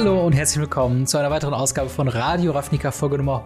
Hallo und herzlich willkommen zu einer weiteren Ausgabe von Radio Ravnica, Folge Nummer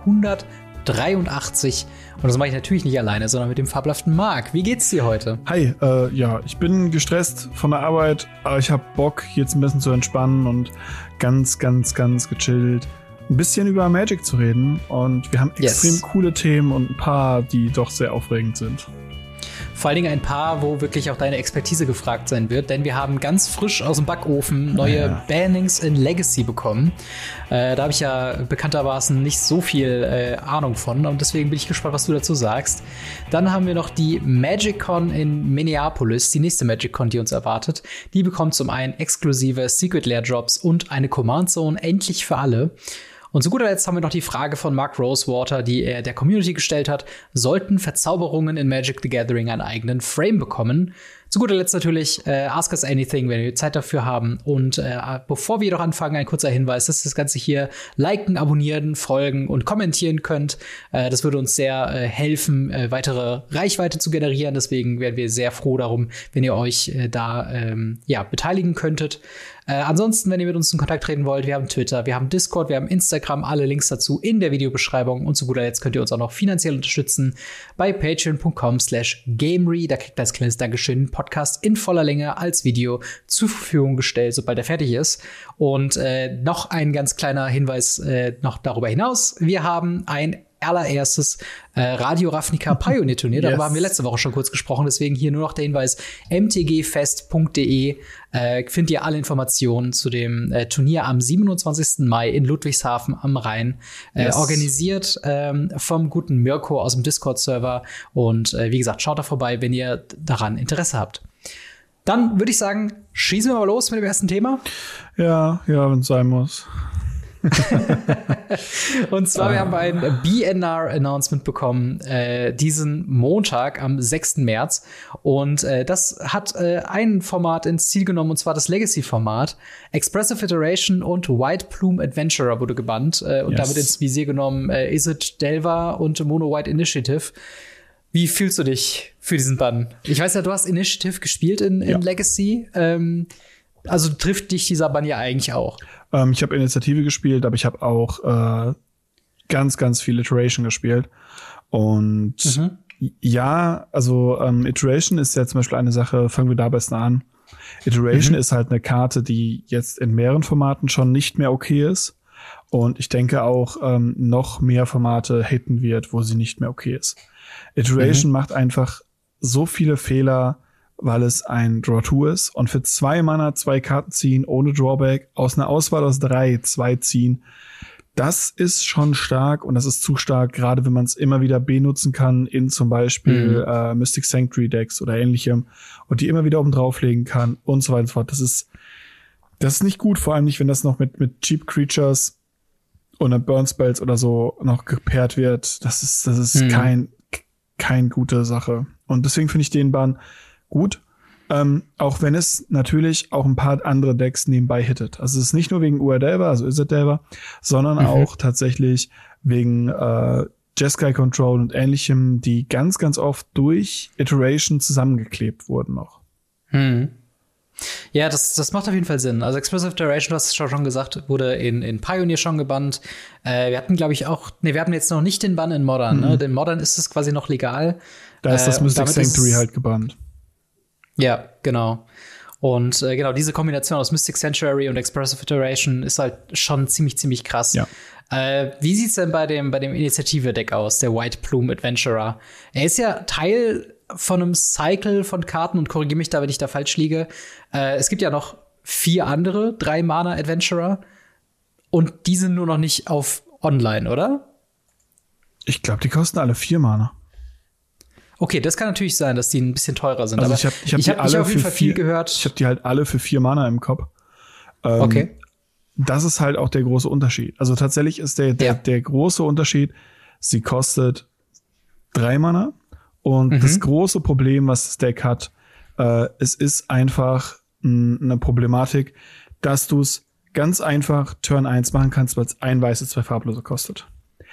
183. Und das mache ich natürlich nicht alleine, sondern mit dem fabelhaften Marc. Wie geht's dir heute? Hi, ja, ich bin gestresst von der Arbeit, aber ich habe Bock, jetzt ein bisschen zu entspannen und ganz gechillt ein bisschen über Magic zu reden. Und wir haben extrem coole Themen und ein paar, die doch sehr aufregend sind. Vor allen Dingen ein paar, wo wirklich auch deine Expertise gefragt sein wird, denn wir haben ganz frisch aus dem Backofen neue Bannings in Legacy bekommen. Da habe ich ja bekanntermaßen nicht so viel Ahnung von und deswegen bin ich gespannt, was du dazu sagst. Dann haben wir noch die MagicCon in Minneapolis, die nächste MagicCon, die uns erwartet. Die bekommt zum einen exklusive Secret Lair Drops und eine Command Zone, endlich für alle. Und zu guter Letzt haben wir noch die Frage von Mark Rosewater, die er der Community gestellt hat: Sollten Verzauberungen in Magic the Gathering einen eigenen Frame bekommen? Zu guter Letzt natürlich Ask Us Anything, wenn wir Zeit dafür haben. Und bevor wir jedoch anfangen, ein kurzer Hinweis, dass ihr das Ganze hier liken, abonnieren, folgen und kommentieren könnt. Das würde uns sehr helfen, weitere Reichweite zu generieren. Deswegen wären wir sehr froh darum, wenn ihr euch da beteiligen könntet. Ansonsten, wenn ihr mit uns in Kontakt treten wollt, wir haben Twitter, wir haben Discord, wir haben Instagram, alle Links dazu in der Videobeschreibung. Und zu guter Letzt könnt ihr uns auch noch finanziell unterstützen bei patreon.com/gamery. Da kriegt ihr als kleines Dankeschön Podcast in voller Länge als Video zur Verfügung gestellt, sobald er fertig ist. Und noch ein ganz kleiner Hinweis noch darüber hinaus. Wir haben ein allererstes Radio Ravnica Pioneer Turnier. Darüber haben wir letzte Woche schon kurz gesprochen. Deswegen hier nur noch der Hinweis: mtgfest.de findet ihr alle Informationen zu dem Turnier am 27. Mai in Ludwigshafen am Rhein. Organisiert vom guten Mirko aus dem Discord-Server. Und wie gesagt, schaut da vorbei, wenn ihr daran Interesse habt. Dann würde ich sagen, schießen wir mal los mit dem ersten Thema. Ja, wenn es sein muss. Und zwar, wir haben ein BNR-Announcement bekommen, diesen Montag am 6. März. Und das hat ein Format ins Ziel genommen, und zwar das Legacy-Format. Expressive Iteration und White Plume Adventurer wurde gebannt und damit ins Visier genommen Izzet Delver und Mono White Initiative. Wie fühlst du dich für diesen Bann? Ich weiß ja, du hast Initiative gespielt in Legacy. Also trifft dich dieser Bann ja eigentlich auch. Ich habe Initiative gespielt, aber ich habe auch ganz viel Iteration gespielt. Und Iteration ist ja zum Beispiel eine Sache, fangen wir da am besten an. Iteration ist halt eine Karte, die jetzt in mehreren Formaten schon nicht mehr okay ist. Und ich denke auch, noch mehr Formate hitten wird, wo sie nicht mehr okay ist. Iteration macht einfach so viele Fehler, weil es ein Draw-2 ist. Und für 2 Mana 2 Karten ziehen, ohne Drawback, aus einer Auswahl aus 3 2 ziehen, das ist schon stark. Und das ist zu stark, gerade wenn man es immer wieder benutzen kann in zum Beispiel Mystic Sanctuary Decks oder ähnlichem. Und die immer wieder oben drauflegen kann und so weiter und so fort. Das ist nicht gut, vor allem nicht, wenn das noch mit Cheap Creatures oder Burn Spells oder so noch gepaart wird. Das ist keine gute Sache. Und deswegen finde ich den Ban gut, auch wenn es natürlich auch ein paar andere Decks nebenbei hittet. Also es ist nicht nur wegen Delver, also Izzet Delver, sondern auch tatsächlich wegen Jeskai Control und ähnlichem, die ganz oft durch Iteration zusammengeklebt wurden noch. Ja, das macht auf jeden Fall Sinn. Also Expressive Iteration, du hast es schon gesagt, wurde in Pioneer schon gebannt. Wir hatten, glaube ich, wir hatten jetzt noch nicht den Bann in Modern. Ne? In Modern ist es quasi noch legal. Da ist das Mystic Sanctuary halt gebannt. Ja, genau. Und genau, diese Kombination aus Mystic Sanctuary und Expressive Iteration ist halt schon ziemlich krass. Ja. Wie sieht's denn bei dem Initiative-Deck aus, der White Plume Adventurer? Er ist ja Teil von einem Cycle von Karten, und korrigiere mich da, wenn ich da falsch liege. Es gibt ja noch 4 andere 3-Mana-Adventurer und die sind nur noch nicht auf Online, oder? Ich glaube, die kosten alle 4 Mana. Okay, das kann natürlich sein, dass die ein bisschen teurer sind. Also aber ich hab auf jeden Fall viel gehört. Ich habe die halt alle für 4 Mana im Kopf. Okay. Das ist halt auch der große Unterschied. Also tatsächlich ist der große Unterschied, sie kostet 3 Mana. Und das große Problem, was das Deck hat, es ist einfach eine Problematik, dass du es ganz einfach Turn 1 machen kannst, weil es 1 weiße, 2 farblose kostet.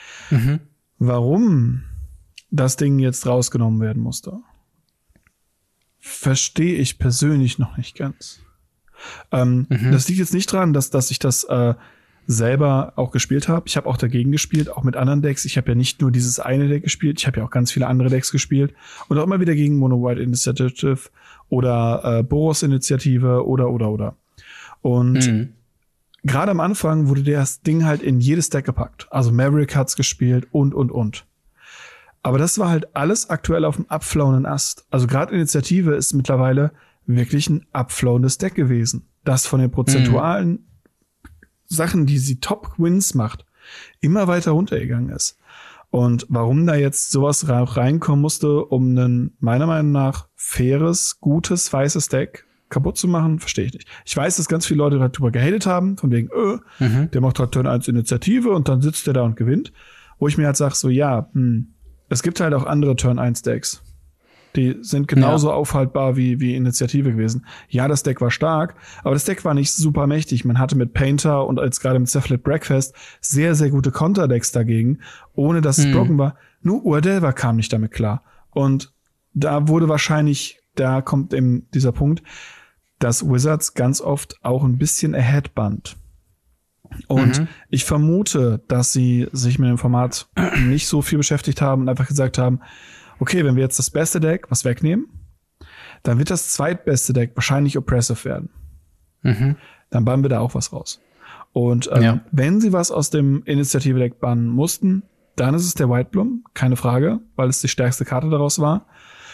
Warum das Ding jetzt rausgenommen werden musste, verstehe ich persönlich noch nicht ganz. Das liegt jetzt nicht dran, dass ich das selber auch gespielt habe. Ich habe auch dagegen gespielt, auch mit anderen Decks. Ich habe ja nicht nur dieses eine Deck gespielt, ich habe ja auch ganz viele andere Decks gespielt und auch immer wieder gegen Mono White Initiative oder Boros Initiative oder. Und gerade am Anfang wurde das Ding halt in jedes Deck gepackt. Also Maverick hat's gespielt und. Aber das war halt alles aktuell auf dem abflowenden Ast. Also gerade Initiative ist mittlerweile wirklich ein abflowendes Deck gewesen. Das von den prozentualen Sachen, die sie Top-Wins macht, immer weiter runtergegangen ist. Und warum da jetzt sowas reinkommen musste, um ein meiner Meinung nach faires, gutes, weißes Deck kaputt zu machen, verstehe ich nicht. Ich weiß, dass ganz viele Leute darüber gehatet haben, von wegen, der macht halt Turn 1 Initiative und dann sitzt der da und gewinnt. Wo ich mir halt sage, so ja, es gibt halt auch andere Turn 1 Decks. Die sind genauso aufhaltbar wie Initiative gewesen. Ja, das Deck war stark, aber das Deck war nicht super mächtig. Man hatte mit Painter und jetzt gerade mit Cephalid Breakfast sehr, sehr gute Konterdecks dagegen, ohne dass es broken war. Nur Urdelva kam nicht damit klar. Und da kommt eben dieser Punkt, dass Wizards ganz oft auch ein bisschen aheadband. Und ich vermute, dass sie sich mit dem Format nicht so viel beschäftigt haben und einfach gesagt haben, okay, wenn wir jetzt das beste Deck was wegnehmen, dann wird das zweitbeste Deck wahrscheinlich Oppressive werden. Dann bannen wir da auch was raus. Und wenn sie was aus dem Initiative-Deck bannen mussten, dann ist es der Whiteblum, keine Frage, weil es die stärkste Karte daraus war.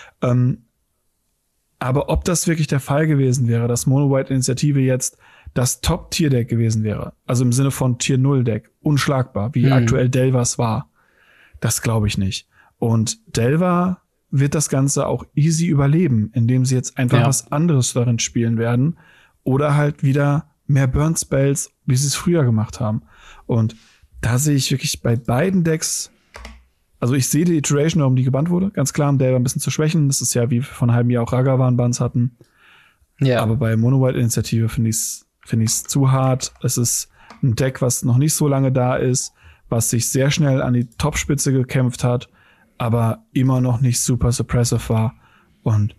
Aber ob das wirklich der Fall gewesen wäre, dass Mono-White-Initiative jetzt das Top-Tier-Deck gewesen wäre, also im Sinne von Tier-0-Deck, unschlagbar, wie aktuell Delvas war, das glaube ich nicht. Und Delva wird das Ganze auch easy überleben, indem sie jetzt einfach was anderes darin spielen werden oder halt wieder mehr Burn-Spells, wie sie es früher gemacht haben. Und da sehe ich wirklich bei beiden Decks, also ich sehe die Iteration, warum die gebannt wurde, ganz klar, um Delva ein bisschen zu schwächen. Das ist ja wie vor einem halben Jahr auch Ragavan-Bans hatten. Ja. Aber bei Mono-White-Initiative finde ich's zu hart. Es ist ein Deck, was noch nicht so lange da ist, was sich sehr schnell an die Topspitze gekämpft hat, aber immer noch nicht super suppressive war. Und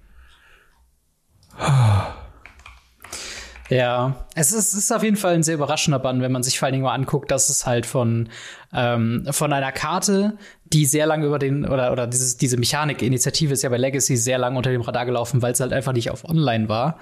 ja, es ist auf jeden Fall ein sehr überraschender Bann, wenn man sich vor allen Dingen mal anguckt, dass es halt von einer Karte, die sehr lange über oder diese Mechanik-Initiative ist ja bei Legacy sehr lange unter dem Radar gelaufen, weil es halt einfach nicht auf Online war.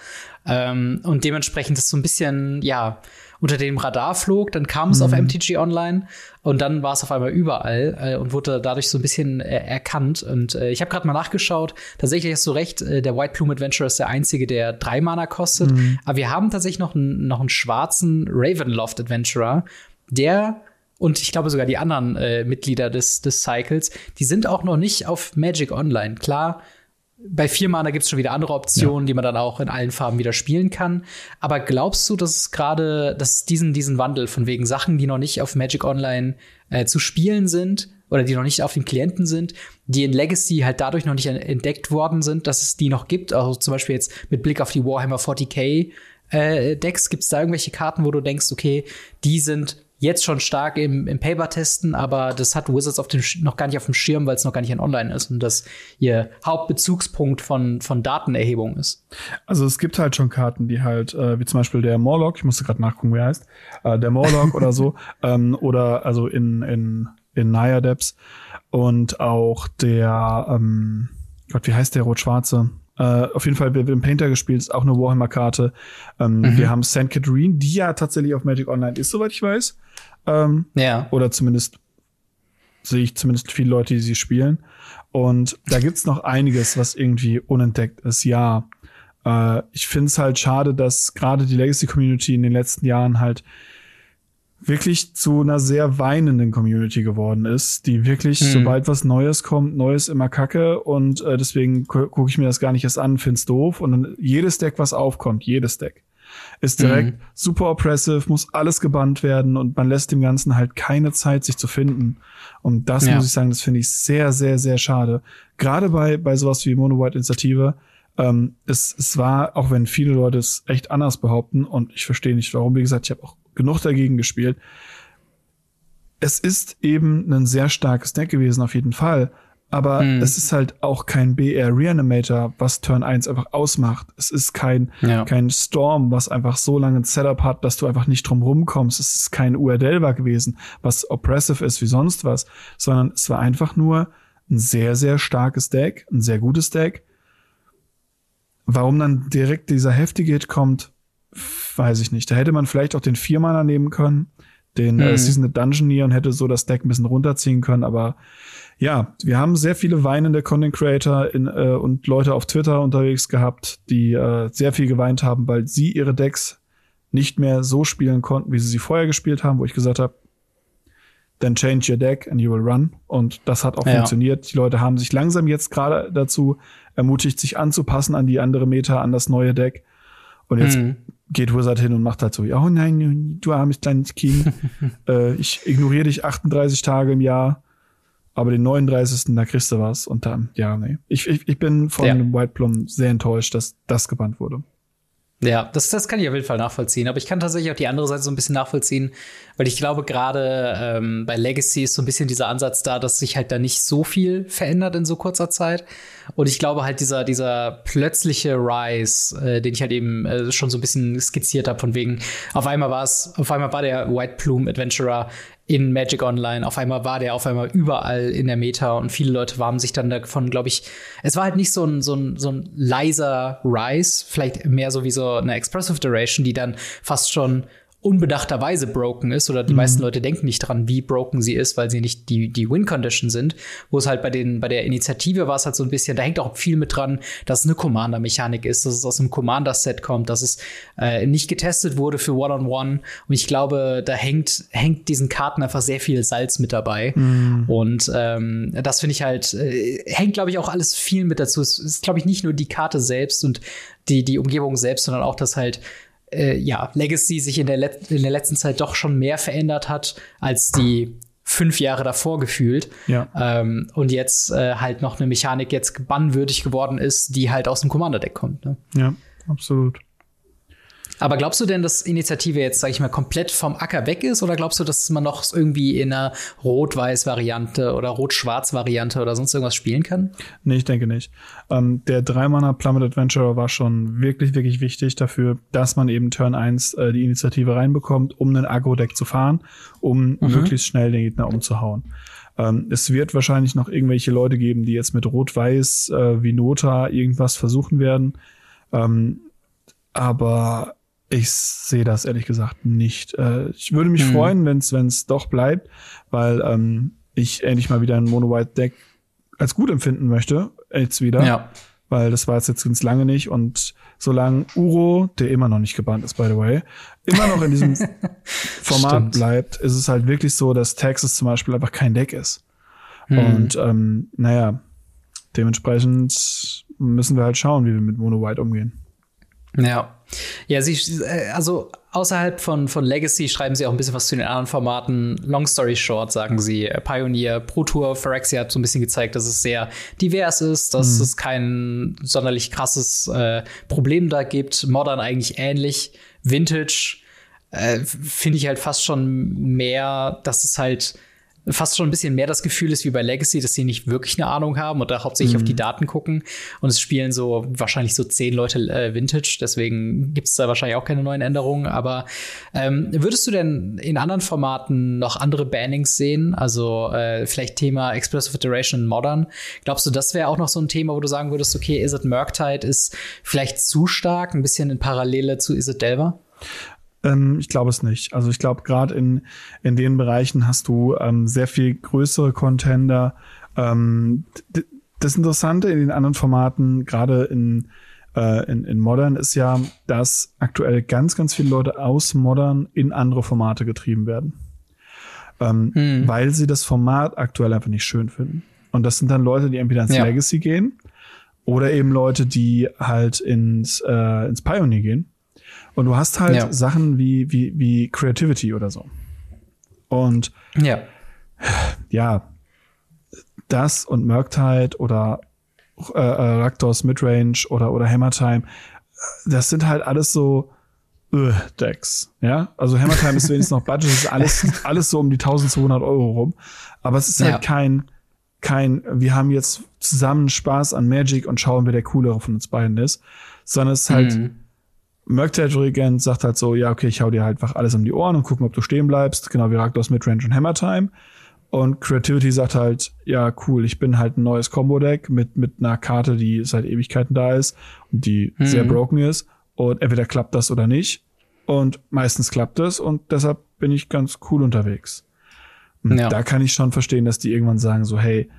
Und dementsprechend ist so ein bisschen, unter dem Radar flog, dann kam es auf MTG Online und dann war es auf einmal überall und wurde dadurch so ein bisschen erkannt. Und ich habe gerade mal nachgeschaut, tatsächlich hast du recht, der White Plume Adventurer ist der einzige, der 3 Mana kostet. Aber wir haben tatsächlich noch einen schwarzen Ravenloft Adventurer, der und ich glaube sogar die anderen Mitglieder des Cycles, die sind auch noch nicht auf Magic Online. Klar, bei 4 Mana gibt's schon wieder andere Optionen, die man dann auch in allen Farben wieder spielen kann. Aber glaubst du, dass es diesen Wandel von wegen Sachen, die noch nicht auf Magic Online zu spielen sind oder die noch nicht auf dem Klienten sind, die in Legacy halt dadurch noch nicht entdeckt worden sind, dass es die noch gibt? Also zum Beispiel jetzt mit Blick auf die Warhammer 40k Decks, gibt's da irgendwelche Karten, wo du denkst, okay, die sind jetzt schon stark im Paper-Testen, aber das hat Wizards noch gar nicht auf dem Schirm, weil es noch gar nicht in Online ist und das ihr Hauptbezugspunkt von Datenerhebung ist. Also es gibt halt schon Karten, die halt, wie zum Beispiel der Morlock, ich musste gerade nachgucken, wie er heißt, der Morlock oder so, oder also in Naya Depths und auch der, Gott, wie heißt der Rot-Schwarze? Auf jeden Fall, wir haben Painter gespielt, ist auch eine Warhammer-Karte. Wir haben St. Catherine, die ja tatsächlich auf Magic Online ist, soweit ich weiß. Oder zumindest sehe ich zumindest viele Leute, die sie spielen. Und da gibt's noch einiges, was irgendwie unentdeckt ist. Ja, ich finde es halt schade, dass gerade die Legacy-Community in den letzten Jahren halt wirklich zu einer sehr weinenden Community geworden ist, die wirklich, sobald was Neues kommt, Neues immer kacke und deswegen gucke ich mir das gar nicht erst an, find's doof und dann jedes Deck, was aufkommt, jedes Deck ist direkt super oppressive, muss alles gebannt werden und man lässt dem Ganzen halt keine Zeit, sich zu finden. Und das muss ich sagen, das finde ich sehr, sehr, sehr schade. Gerade bei sowas wie Mono White Initiative, es war, auch wenn viele Leute es echt anders behaupten und ich verstehe nicht warum, wie gesagt, ich habe auch genug dagegen gespielt. Es ist eben ein sehr starkes Deck gewesen, auf jeden Fall. Aber es ist halt auch kein BR Reanimator, was Turn 1 einfach ausmacht. Es ist kein Storm, was einfach so lange ein Setup hat, dass du einfach nicht drum rumkommst. Es ist kein Uerdelva gewesen, was oppressive ist wie sonst was, sondern es war einfach nur ein sehr, sehr starkes Deck, ein sehr gutes Deck. Warum dann direkt dieser heftige Hit kommt, weiß ich nicht. Da hätte man vielleicht auch den 4-Mana nehmen können, den Seasoned Dungeoneer, und hätte so das Deck ein bisschen runterziehen können, aber ja, wir haben sehr viele weinende Content Creator und Leute auf Twitter unterwegs gehabt, die sehr viel geweint haben, weil sie ihre Decks nicht mehr so spielen konnten, wie sie vorher gespielt haben, wo ich gesagt habe, then change your deck and you will run. Und das hat auch funktioniert. Die Leute haben sich langsam jetzt gerade dazu ermutigt, sich anzupassen an die andere Meta, an das neue Deck. Und jetzt geht Wizard hin und macht halt so, oh nein, du armes kleines Kind, ich ignoriere dich 38 Tage im Jahr. Aber den 39. da kriegst du was. Und dann, Ich bin von White Plum sehr enttäuscht, dass das gebannt wurde. Ja, das kann ich auf jeden Fall nachvollziehen. Aber ich kann tatsächlich auch die andere Seite so ein bisschen nachvollziehen, weil ich glaube, gerade bei Legacy ist so ein bisschen dieser Ansatz da, dass sich halt da nicht so viel verändert in so kurzer Zeit. Und ich glaube halt, dieser plötzliche Rise, den ich halt eben schon so ein bisschen skizziert habe, von wegen, auf einmal war der White Plume Adventurer in Magic Online. Auf einmal war der überall in der Meta und viele Leute warmen sich dann davon, glaube ich. Es war halt nicht so ein leiser Rise, vielleicht mehr so wie so eine Expressive Duration, die dann fast schon unbedachterweise broken ist, oder die meisten Leute denken nicht dran, wie broken sie ist, weil sie nicht die Win-Condition sind. Wo es halt bei der Initiative war es halt so ein bisschen, da hängt auch viel mit dran, dass es eine Commander-Mechanik ist, dass es aus einem Commander-Set kommt, dass es nicht getestet wurde für One-on-One. Und ich glaube, da hängt diesen Karten einfach sehr viel Salz mit dabei. Und das finde ich halt, hängt, glaube ich, auch alles viel mit dazu. Es ist, glaube ich, nicht nur die Karte selbst und die Umgebung selbst, sondern auch, dass halt Legacy sich in der letzten Zeit doch schon mehr verändert hat als die 5 Jahre davor gefühlt. Ja. Und jetzt halt noch eine Mechanik jetzt bannwürdig geworden ist, die halt aus dem Commander-Deck kommt. Ne? Ja, absolut. Aber glaubst du denn, dass Initiative jetzt, sag ich mal, komplett vom Acker weg ist? Oder glaubst du, dass man noch irgendwie in einer Rot-Weiß-Variante oder Rot-Schwarz-Variante oder sonst irgendwas spielen kann? Nee, ich denke nicht. Der 3-Mana Plummet Adventurer war schon wirklich, wirklich wichtig dafür, dass man eben Turn 1 die Initiative reinbekommt, um einen Aggro-Deck zu fahren, um möglichst schnell den Gegner umzuhauen. Es wird wahrscheinlich noch irgendwelche Leute geben, die jetzt mit Rot-Weiß wie Nota irgendwas versuchen werden. Aber ich sehe das ehrlich gesagt nicht. Ich würde mich freuen, wenn es doch bleibt, weil ich endlich mal wieder ein Mono-White-Deck als gut empfinden möchte. Jetzt wieder. Ja. Weil das war jetzt ganz lange nicht. Und solange Uro, der immer noch nicht gebannt ist, by the way, immer noch in diesem Format bleibt, ist es halt wirklich so, dass Texas zum Beispiel einfach kein Deck ist. Und dementsprechend müssen wir halt schauen, wie wir mit Mono-White umgehen. Ja, also außerhalb von Legacy schreiben sie auch ein bisschen was zu den anderen Formaten. Long story short, sagen sie, Pioneer, Pro Tour, Phyrexia hat so ein bisschen gezeigt, dass es sehr divers ist, dass es kein sonderlich krasses Problem da gibt. Modern eigentlich ähnlich. Vintage finde ich halt fast schon mehr, dass es halt fast schon ein bisschen mehr das Gefühl ist wie bei Legacy, dass sie nicht wirklich eine Ahnung haben und da hauptsächlich auf die Daten gucken. Und es spielen wahrscheinlich so 10 Leute Vintage, deswegen gibt es da wahrscheinlich auch keine neuen Änderungen. Aber würdest du denn in anderen Formaten noch andere Bannings sehen? Also vielleicht Thema Expressive Iteration Modern. Glaubst du, das wäre auch noch so ein Thema, wo du sagen würdest, okay, Izzet Murktide ist vielleicht zu stark, ein bisschen in Parallele zu Izzet Delver? Ich glaube es nicht. Also ich glaube, gerade in den Bereichen hast du sehr viel größere Contender. Das Interessante in den anderen Formaten, gerade in Modern, ist ja, dass aktuell ganz, ganz viele Leute aus Modern in andere Formate getrieben werden. Weil sie das Format aktuell einfach nicht schön finden. Und das sind dann Leute, die entweder ins Legacy gehen oder eben Leute, die halt ins Pioneer gehen. Und du hast halt Sachen wie Creativity oder so. Und das und Murktide oder Rakdos Midrange oder Hammertime, das sind halt alles so Decks. Ja, also Hammertime ist wenigstens noch Budget, das ist alles so um die 1.200 € rum. Aber es ist halt kein kein, wir haben jetzt zusammen Spaß an Magic und schauen, wer der coolere von uns beiden ist, sondern es ist halt, Merc Territory Regent sagt halt so, ja, okay, ich hau dir halt einfach alles um die Ohren und gucken, ob du stehen bleibst, genau wie Rakdos, Midrange und Hammer Time. Und Creativity sagt halt, ja, cool, ich bin halt ein neues Combo-Deck mit einer Karte, die seit Ewigkeiten da ist und die sehr broken ist. Und entweder klappt das oder nicht. Und meistens klappt es und deshalb bin ich ganz cool unterwegs. Da kann ich schon verstehen, dass die irgendwann sagen so, hey,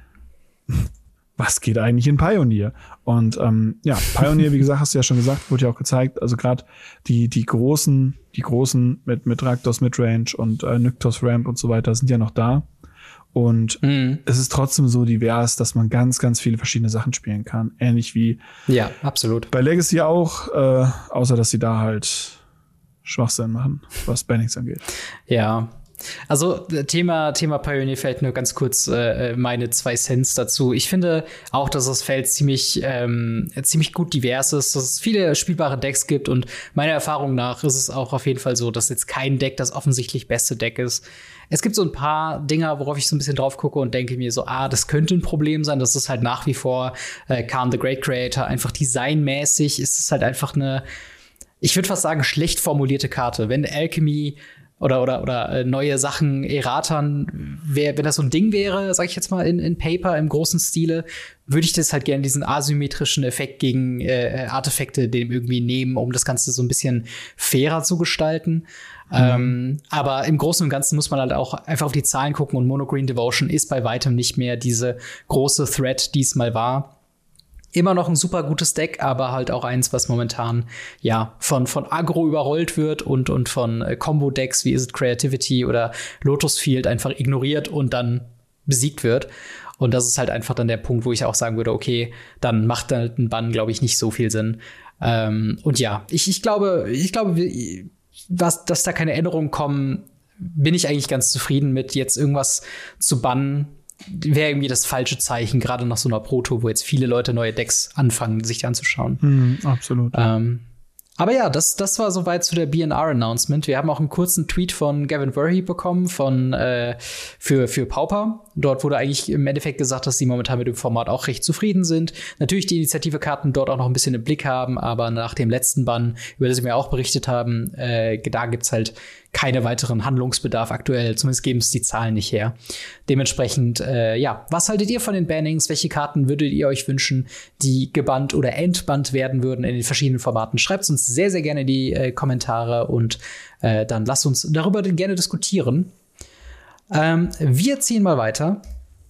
was geht eigentlich in Pioneer? Und Pioneer, wie gesagt, hast du ja schon gesagt, wurde ja auch gezeigt. Also gerade die großen mit Rakdos Midrange und Nyktos Ramp und so weiter sind ja noch da. Und es ist trotzdem so divers, dass man ganz, ganz viele verschiedene Sachen spielen kann. Ähnlich wie absolut. Bei Legacy auch, außer dass sie da halt Schwachsinn machen, was Bannings angeht. Ja. Also Thema Pioneer Feld, nur ganz kurz meine 2 Cents dazu. Ich finde auch, dass das Feld ziemlich gut divers ist, dass es viele spielbare Decks gibt und meiner Erfahrung nach ist es auch auf jeden Fall so, dass jetzt kein Deck das offensichtlich beste Deck ist. Es gibt so ein paar Dinger, worauf ich so ein bisschen drauf gucke und denke mir so, das könnte ein Problem sein. Das ist halt nach wie vor Khan the Great Creator. Einfach designmäßig ist es halt einfach eine, ich würde fast sagen, schlecht formulierte Karte. Wenn Alchemy oder neue Sachen erratern, wenn das so ein Ding wäre, sag ich jetzt mal in Paper im großen Stile, würde ich das halt gerne diesen asymmetrischen Effekt gegen Artefakte dem irgendwie nehmen, um das Ganze so ein bisschen fairer zu gestalten. Aber im Großen und Ganzen muss man halt auch einfach auf die Zahlen gucken und Mono Green Devotion ist bei weitem nicht mehr diese große Threat, die es mal war. Immer noch ein super gutes Deck, aber halt auch eins, was momentan von Aggro überrollt wird und von Combo-Decks wie Is It Creativity oder Lotus Field einfach ignoriert und dann besiegt wird. Und das ist halt einfach dann der Punkt, wo ich auch sagen würde, okay, dann macht halt ein Bann, glaube ich, nicht so viel Sinn. Ich glaube, dass da keine Änderungen kommen, bin ich eigentlich ganz zufrieden mit, jetzt irgendwas zu bannen. Wäre irgendwie das falsche Zeichen, gerade nach so einer Proto, wo jetzt viele Leute neue Decks anfangen, sich anzuschauen. Absolut. Aber ja, das war soweit zu der BNR-Announcement. Wir haben auch einen kurzen Tweet von Gavin Verhey bekommen für Pauper. Dort wurde eigentlich im Endeffekt gesagt, dass sie momentan mit dem Format auch recht zufrieden sind. Natürlich die Initiative-Karten dort auch noch ein bisschen im Blick haben, aber nach dem letzten Bann, über das wir auch berichtet haben, da gibt's halt keine weiteren Handlungsbedarf aktuell. Zumindest geben es die Zahlen nicht her. Dementsprechend, was haltet ihr von den Bannings? Welche Karten würdet ihr euch wünschen, die gebannt oder entbannt werden würden in den verschiedenen Formaten? Schreibt uns sehr, sehr gerne in die Kommentare und dann lasst uns darüber gerne diskutieren. Wir ziehen mal weiter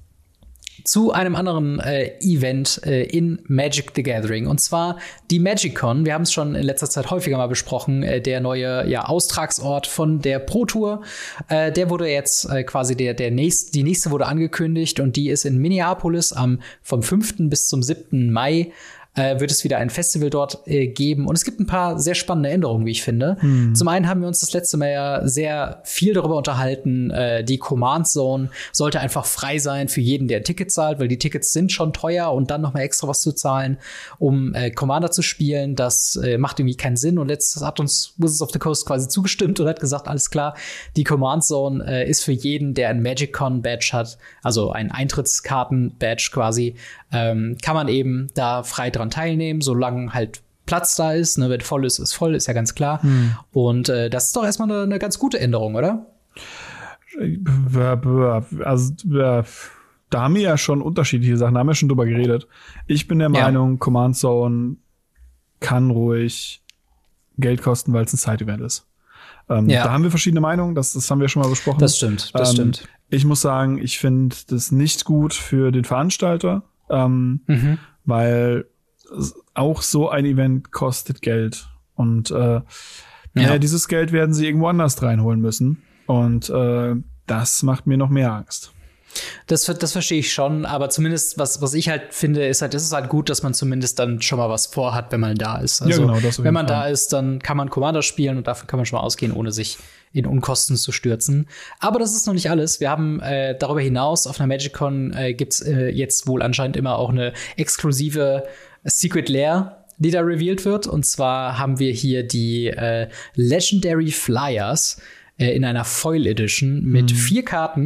zu einem anderen Event in Magic the Gathering. Und zwar die MagicCon. Wir haben es schon in letzter Zeit häufiger mal besprochen. Der neue Austragsort von der Pro Tour. Der wurde jetzt quasi die nächste wurde angekündigt. Und die ist in Minneapolis vom 5. bis zum 7. Mai. Wird es wieder ein Festival dort geben. Und es gibt ein paar sehr spannende Änderungen, wie ich finde. Zum einen haben wir uns das letzte Mal ja sehr viel darüber unterhalten, die Command Zone sollte einfach frei sein für jeden, der ein Ticket zahlt, weil die Tickets sind schon teuer und dann noch mal extra was zu zahlen, um Commander zu spielen, das macht irgendwie keinen Sinn. Und letztes hat uns Wizards of the Coast quasi zugestimmt und hat gesagt, alles klar, die Command Zone ist für jeden, der ein MagicCon-Badge hat, also ein Eintrittskarten-Badge quasi, kann man eben da frei dran teilnehmen, solange halt Platz da ist. Ne? Wenn voll ist voll, ist ja ganz klar. Und das ist doch erstmal eine ganz gute Änderung, oder? Also, da haben wir ja schon unterschiedliche Sachen, da haben wir schon drüber geredet. Ich bin der Meinung, Command Zone kann ruhig Geld kosten, weil es ein Side-Event ist. Da haben wir verschiedene Meinungen, das haben wir schon mal besprochen. Das stimmt. Ich muss sagen, ich finde das nicht gut für den Veranstalter, weil auch so ein Event kostet Geld. Und dieses Geld werden sie irgendwo anders reinholen müssen. Und das macht mir noch mehr Angst. Das verstehe ich schon, aber zumindest, was ich halt finde, ist halt, es ist halt gut, dass man zumindest dann schon mal was vorhat, wenn man da ist. Also, wenn man da ist, dann kann man Commander spielen und davon kann man schon mal ausgehen, ohne sich in Unkosten zu stürzen. Aber das ist noch nicht alles. Wir haben darüber hinaus auf einer MagicCon gibt's jetzt wohl anscheinend immer auch eine exklusive Secret Lair, die da revealed wird. Und zwar haben wir hier die Legendary Flyers in einer Foil Edition mit 4 Karten.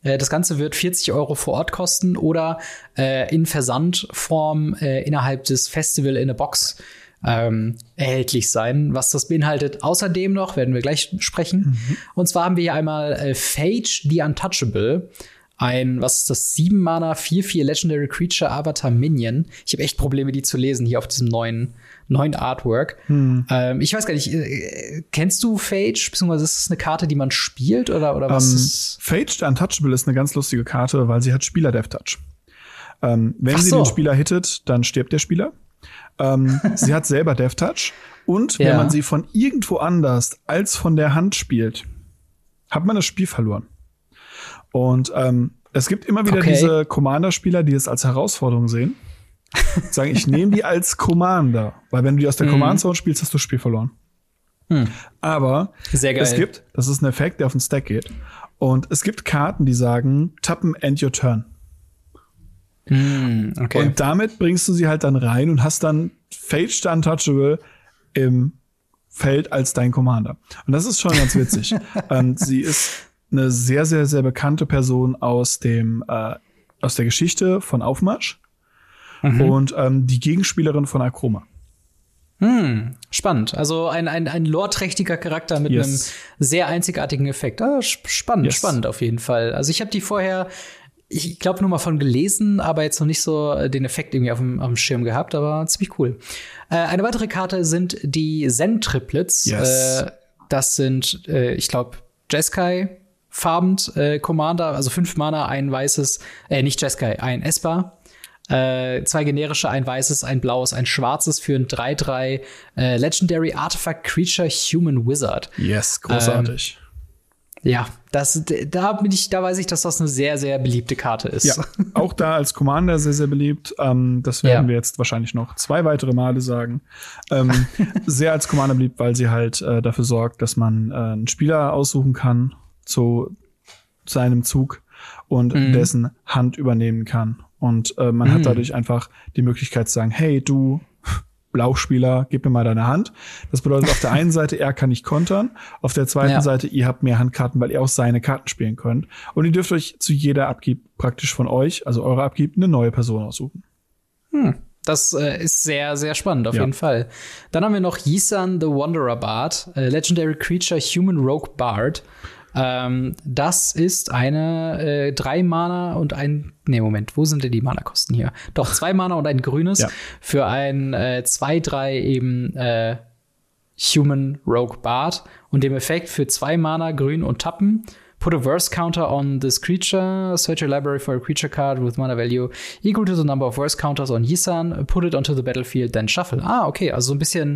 Das Ganze wird 40 € vor Ort kosten oder in Versandform innerhalb des Festival in a Box erhältlich sein. Was das beinhaltet, außerdem noch, werden wir gleich sprechen. Und zwar haben wir hier einmal Phage the Untouchable. Was ist das? 7-Mana, 4/4 Legendary Creature, Avatar Minion. Ich habe echt Probleme, die zu lesen hier auf diesem neuen Artwork. Ich weiß gar nicht, kennst du Phage? Beziehungsweise ist es eine Karte, die man spielt? Oder was ist? Phage the Untouchable ist eine ganz lustige Karte, weil sie hat Spieler-Death-Touch. Wenn sie den Spieler hittet, dann stirbt der Spieler. Sie hat selber Death-Touch. Und wenn man sie von irgendwo anders als von der Hand spielt, hat man das Spiel verloren. Und es gibt immer wieder diese Commander-Spieler, die es als Herausforderung sehen. Sagen, ich nehme die als Commander. Weil wenn du die aus der Command-Zone spielst, hast du das Spiel verloren. Aber sehr geil. Das ist ein Effekt, der auf den Stack geht. Und es gibt Karten, die sagen, tappen, end your turn. Okay. Und damit bringst du sie halt dann rein und hast dann Phage the Untouchable im Feld als dein Commander. Und das ist schon ganz witzig. Sie ist eine sehr, sehr, sehr bekannte Person aus der Geschichte von Aufmarsch und die Gegenspielerin von Akroma. Spannend. Also ein lore-trächtiger Charakter mit einem sehr einzigartigen Effekt. Spannend auf jeden Fall. Also ich habe die vorher, ich glaube, nur mal von gelesen, aber jetzt noch nicht so den Effekt irgendwie auf dem Schirm gehabt, aber ziemlich cool. Eine weitere Karte sind die Zen-Triplets. Das sind, ich glaube, Jeskai farbend Commander, also 5 Mana, ein weißes, nicht Jeskai, ein Esper. 2 generische, ein weißes, ein blaues, ein schwarzes für ein 3/3 Legendary Artifact Creature Human Wizard. Yes, großartig. Ja, da weiß ich, dass das eine sehr, sehr beliebte Karte ist. Ja, auch da als Commander sehr, sehr beliebt. Das werden wir jetzt wahrscheinlich noch 2 weitere Male sagen. Sehr als Commander beliebt, weil sie halt dafür sorgt, dass man einen Spieler aussuchen kann zu seinem Zug und dessen Hand übernehmen kann. Und man hat dadurch einfach die Möglichkeit zu sagen, hey, du Blauspieler, gib mir mal deine Hand. Das bedeutet, auf der einen Seite, er kann nicht kontern. Auf der zweiten Seite, ihr habt mehr Handkarten, weil ihr auch seine Karten spielen könnt. Und ihr dürft euch zu jeder Abgib praktisch von euch, also eurer Abgib, eine neue Person aussuchen. Das ist sehr, sehr spannend, auf jeden Fall. Dann haben wir noch Yisan the Wanderer Bard, Legendary Creature Human Rogue Bard. Das ist eine 3 Mana und wo sind denn die Mana-Kosten hier? Doch, 2 Mana und ein grünes für ein 2/3 eben Human Rogue Bard und dem Effekt für 2 Mana, grün und tappen. Put a verse counter on this creature. Search your library for a creature card with mana value equal to the number of verse counters on Yisan. Put it onto the battlefield, then shuffle. Okay, also so ein bisschen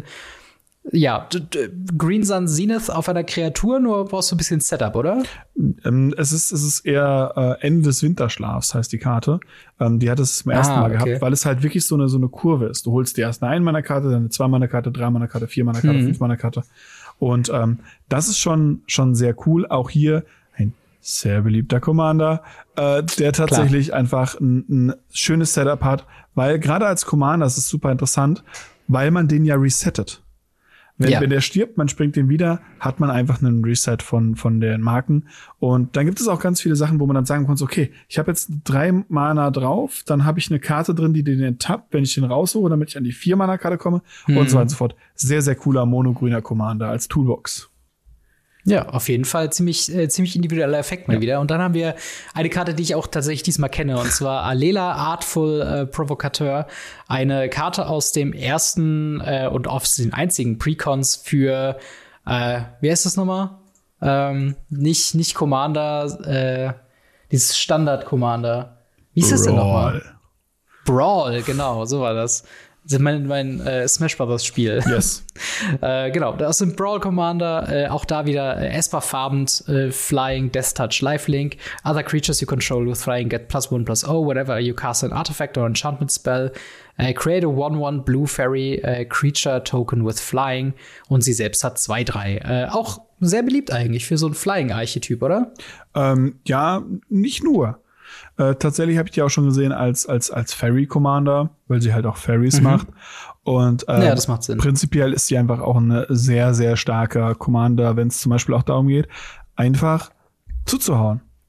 Green Sun Zenith auf einer Kreatur, nur brauchst du ein bisschen Setup, oder? Es ist eher Ende des Winterschlafs, heißt die Karte. Die hat es zum ersten Mal gehabt, weil es halt wirklich so eine Kurve ist. Du holst dir erst eine 1-Mana-Karte, dann eine 2-Mana-Karte, 3-Mana-Karte, 4-Mana-Karte, 5-Mana-Karte. Und das ist schon sehr cool. Auch hier ein sehr beliebter Commander, der tatsächlich einfach ein schönes Setup hat, weil gerade als Commander, das ist super interessant, weil man den ja resettet. Wenn der stirbt, man springt den wieder, hat man einfach einen Reset von den Marken. Und dann gibt es auch ganz viele Sachen, wo man dann sagen kann, okay, ich habe jetzt 3 Mana drauf, dann habe ich eine Karte drin, die den enttappt, wenn ich den raussuche, damit ich an die 4-Mana-Karte komme und so weiter und so fort. Sehr, sehr cooler monogrüner Commander als Toolbox. Ja, auf jeden Fall ziemlich individueller Effekt mal wieder. Und dann haben wir eine Karte, die ich auch tatsächlich diesmal kenne, und zwar Alela Artful Provocateur. Eine Karte aus dem ersten und auf den einzigen Precons für, wie heißt das nochmal? Nicht Commander, dieses Standard-Commander. Wie ist das denn nochmal? Brawl, genau, so war das. Mein Smash Brothers Spiel. Yes. Genau, aus dem Brawl Commander, auch da wieder Esper-farbend, Flying, Death Touch, Lifelink. Other creatures you control with Flying get +1/+0 whenever you cast an artifact or enchantment spell. Create a 1/1 Blue Fairy Creature Token with Flying. Und sie selbst hat 2/3. Auch sehr beliebt eigentlich für so ein Flying-Archetyp, oder? Ja, nicht nur. Tatsächlich habe ich die auch schon gesehen als Fairy Commander, weil sie halt auch Fairies macht. Und ja, das macht Sinn. Prinzipiell ist sie einfach auch ein sehr, sehr starker Commander, wenn es zum Beispiel auch darum geht, einfach zuzuhauen.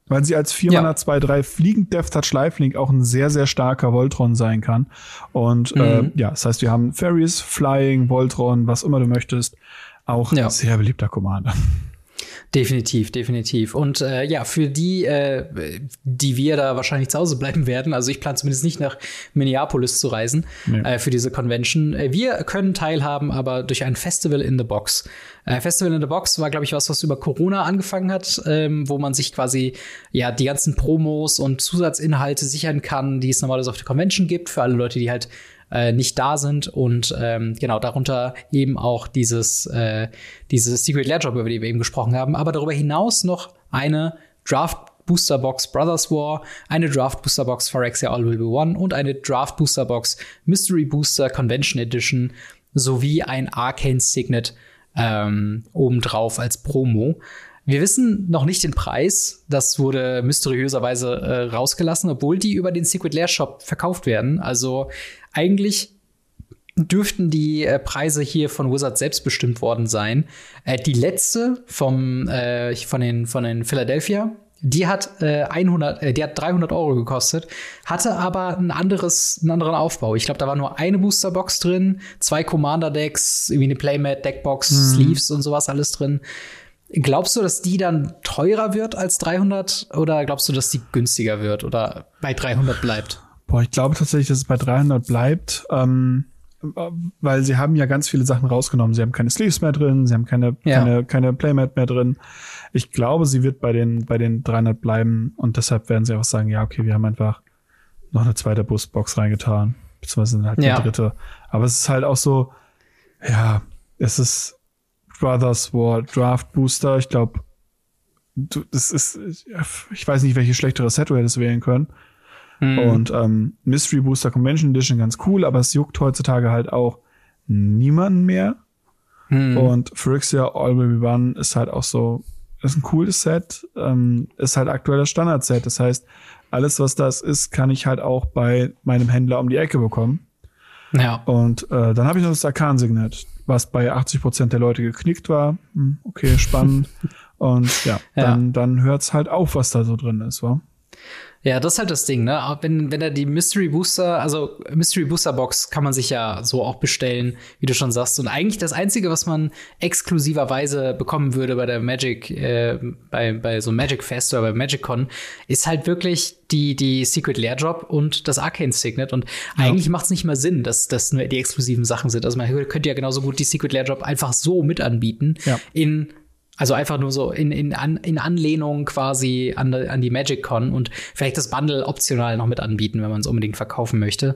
Weil sie als 4-Mana 2/3 fliegend Death Touch Lifelink auch ein sehr, sehr starker Voltron sein kann. Und das heißt, wir haben Fairies, Flying, Voltron, was immer du möchtest. Auch ein sehr beliebter Commander. Definitiv, definitiv. Und für die wir da wahrscheinlich zu Hause bleiben werden, also ich plane zumindest nicht nach Minneapolis zu reisen für diese Convention. Wir können teilhaben, aber durch ein Festival in the Box. Festival in the Box war, glaube ich, was über Corona angefangen hat, wo man sich quasi die ganzen Promos und Zusatzinhalte sichern kann, die es normalerweise auf der Convention gibt, für alle Leute, die halt nicht da sind und darunter eben auch dieses Secret Lair Drop, über die wir eben gesprochen haben, aber darüber hinaus noch eine Draft Booster Box Brothers War, eine Draft Booster Box Phyrexia All Will Be One und eine Draft Booster Box Mystery Booster Convention Edition sowie ein Arcane Signet obendrauf als Promo. Wir wissen noch nicht den Preis. Das wurde mysteriöserweise rausgelassen, obwohl die über den Secret Lair Shop verkauft werden. Also eigentlich dürften die Preise hier von Wizards selbst bestimmt worden sein. Die letzte von den Philadelphia, die hat 300 € gekostet, hatte aber einen anderen Aufbau. Ich glaube, da war nur eine Boosterbox drin, 2 Commander-Decks, irgendwie eine Playmat, Deckbox, Sleeves und sowas alles drin. Glaubst du, dass die dann teurer wird als 300 oder glaubst du, dass die günstiger wird oder bei 300 bleibt? Boah, ich glaube tatsächlich, dass es bei 300 bleibt, weil sie haben ja ganz viele Sachen rausgenommen. Sie haben keine Sleeves mehr drin, sie haben keine Playmat mehr drin. Ich glaube, sie wird bei den 300 bleiben und deshalb werden sie einfach sagen, ja, okay, wir haben einfach noch eine zweite Boostbox reingetan, beziehungsweise halt eine dritte. Aber es ist halt auch so, es ist Brothers War Draft Booster. Ich glaube, ich weiß nicht, welche schlechtere Set du hättest wählen können. Und Mystery Booster Convention Edition ganz cool, aber es juckt heutzutage halt auch niemanden mehr. Und Phyrexia All Will Be One ist halt auch so, ist ein cooles Set, ist halt aktuell das Standard-Set. Das heißt, alles, was das ist, kann ich halt auch bei meinem Händler um die Ecke bekommen. Ja. Und dann habe ich noch das Arcane Signet, was bei 80% der Leute geknickt war. Okay, spannend. Und dann hört's halt auf, was da so drin ist, wa? Ja, das ist halt das Ding, ne? Wenn da die Mystery Booster Box kann man sich ja so auch bestellen, wie du schon sagst. Und eigentlich das Einzige, was man exklusiverweise bekommen würde bei der Magic, bei so Magic Fest oder bei MagicCon, ist halt wirklich die Secret Lair Drop und das Arcane Signet. Und eigentlich macht es nicht mal Sinn, dass das nur die exklusiven Sachen sind. Also man könnte ja genauso gut die Secret Lair Drop einfach so mit anbieten. Ja. Also einfach nur so in Anlehnung quasi an die MagicCon und vielleicht das Bundle optional noch mit anbieten, wenn man es unbedingt verkaufen möchte.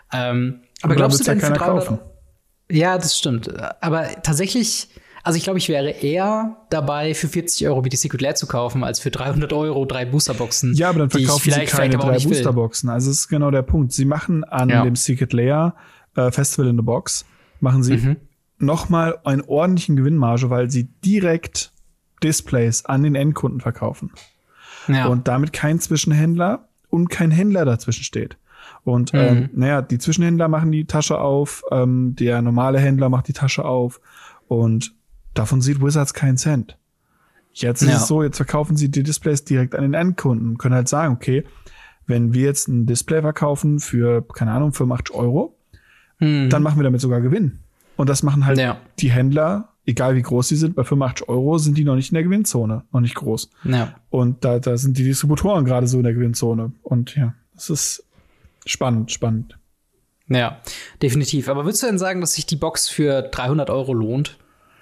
Aber glaubst du denn für 300 kaufen? Ja, das stimmt. Aber tatsächlich, also ich glaube, ich wäre eher dabei, für 40 € wie die Secret Lair zu kaufen, als für 300 € 3 Boosterboxen. Ja, aber dann verkaufen sie keine 3 Boosterboxen. Also das ist genau der Punkt. Sie machen an dem Secret Lair Festival in the Box, machen sie nochmal einen ordentlichen Gewinnmarge, weil sie direkt Displays an den Endkunden verkaufen. Ja. Und damit kein Zwischenhändler und kein Händler dazwischen steht. Und die Zwischenhändler machen die Tasche auf, der normale Händler macht die Tasche auf und davon sieht Wizards keinen Cent. Jetzt ist es so, jetzt verkaufen sie die Displays direkt an den Endkunden, können halt sagen, okay, wenn wir jetzt ein Display verkaufen für, keine Ahnung, 85 €, dann machen wir damit sogar Gewinn. Und das machen halt die Händler, egal wie groß sie sind, bei 85 € sind die noch nicht in der Gewinnzone, noch nicht groß. Ja. Und da sind die Distributoren gerade so in der Gewinnzone. Und das ist spannend. Ja, definitiv. Aber würdest du denn sagen, dass sich die Box für 300 € lohnt?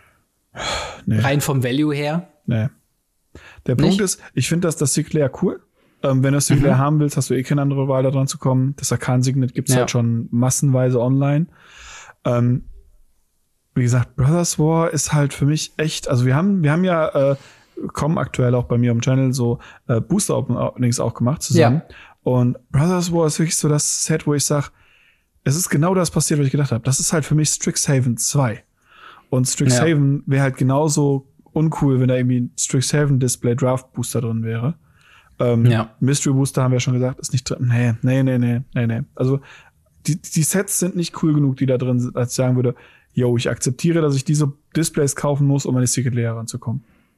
Nee. Rein vom Value her? Nee. Der Punkt ist, ich finde das Secret Lair cool. Wenn du das Secret Lair haben willst, hast du keine andere Wahl, da dran zu kommen. Das Arcane Signet gibt's halt schon massenweise online. Wie gesagt, Brothers War ist halt für mich echt, also wir haben ja kommen aktuell auch bei mir am Channel so Booster Openings auch gemacht zusammen. Ja. Und Brothers War ist wirklich so das Set, wo ich sag, es ist genau das passiert, was ich gedacht habe. Das ist halt für mich Strixhaven 2. Und Strixhaven wäre halt genauso uncool, wenn da irgendwie ein Strixhaven Display Draft Booster drin wäre. Mystery Booster haben wir ja schon gesagt, ist nicht drin. Nee. Also die Sets sind nicht cool genug, die da drin sind, als ich sagen würde, ich akzeptiere, dass ich diese Displays kaufen muss, um an die Secret Lair ranzukommen.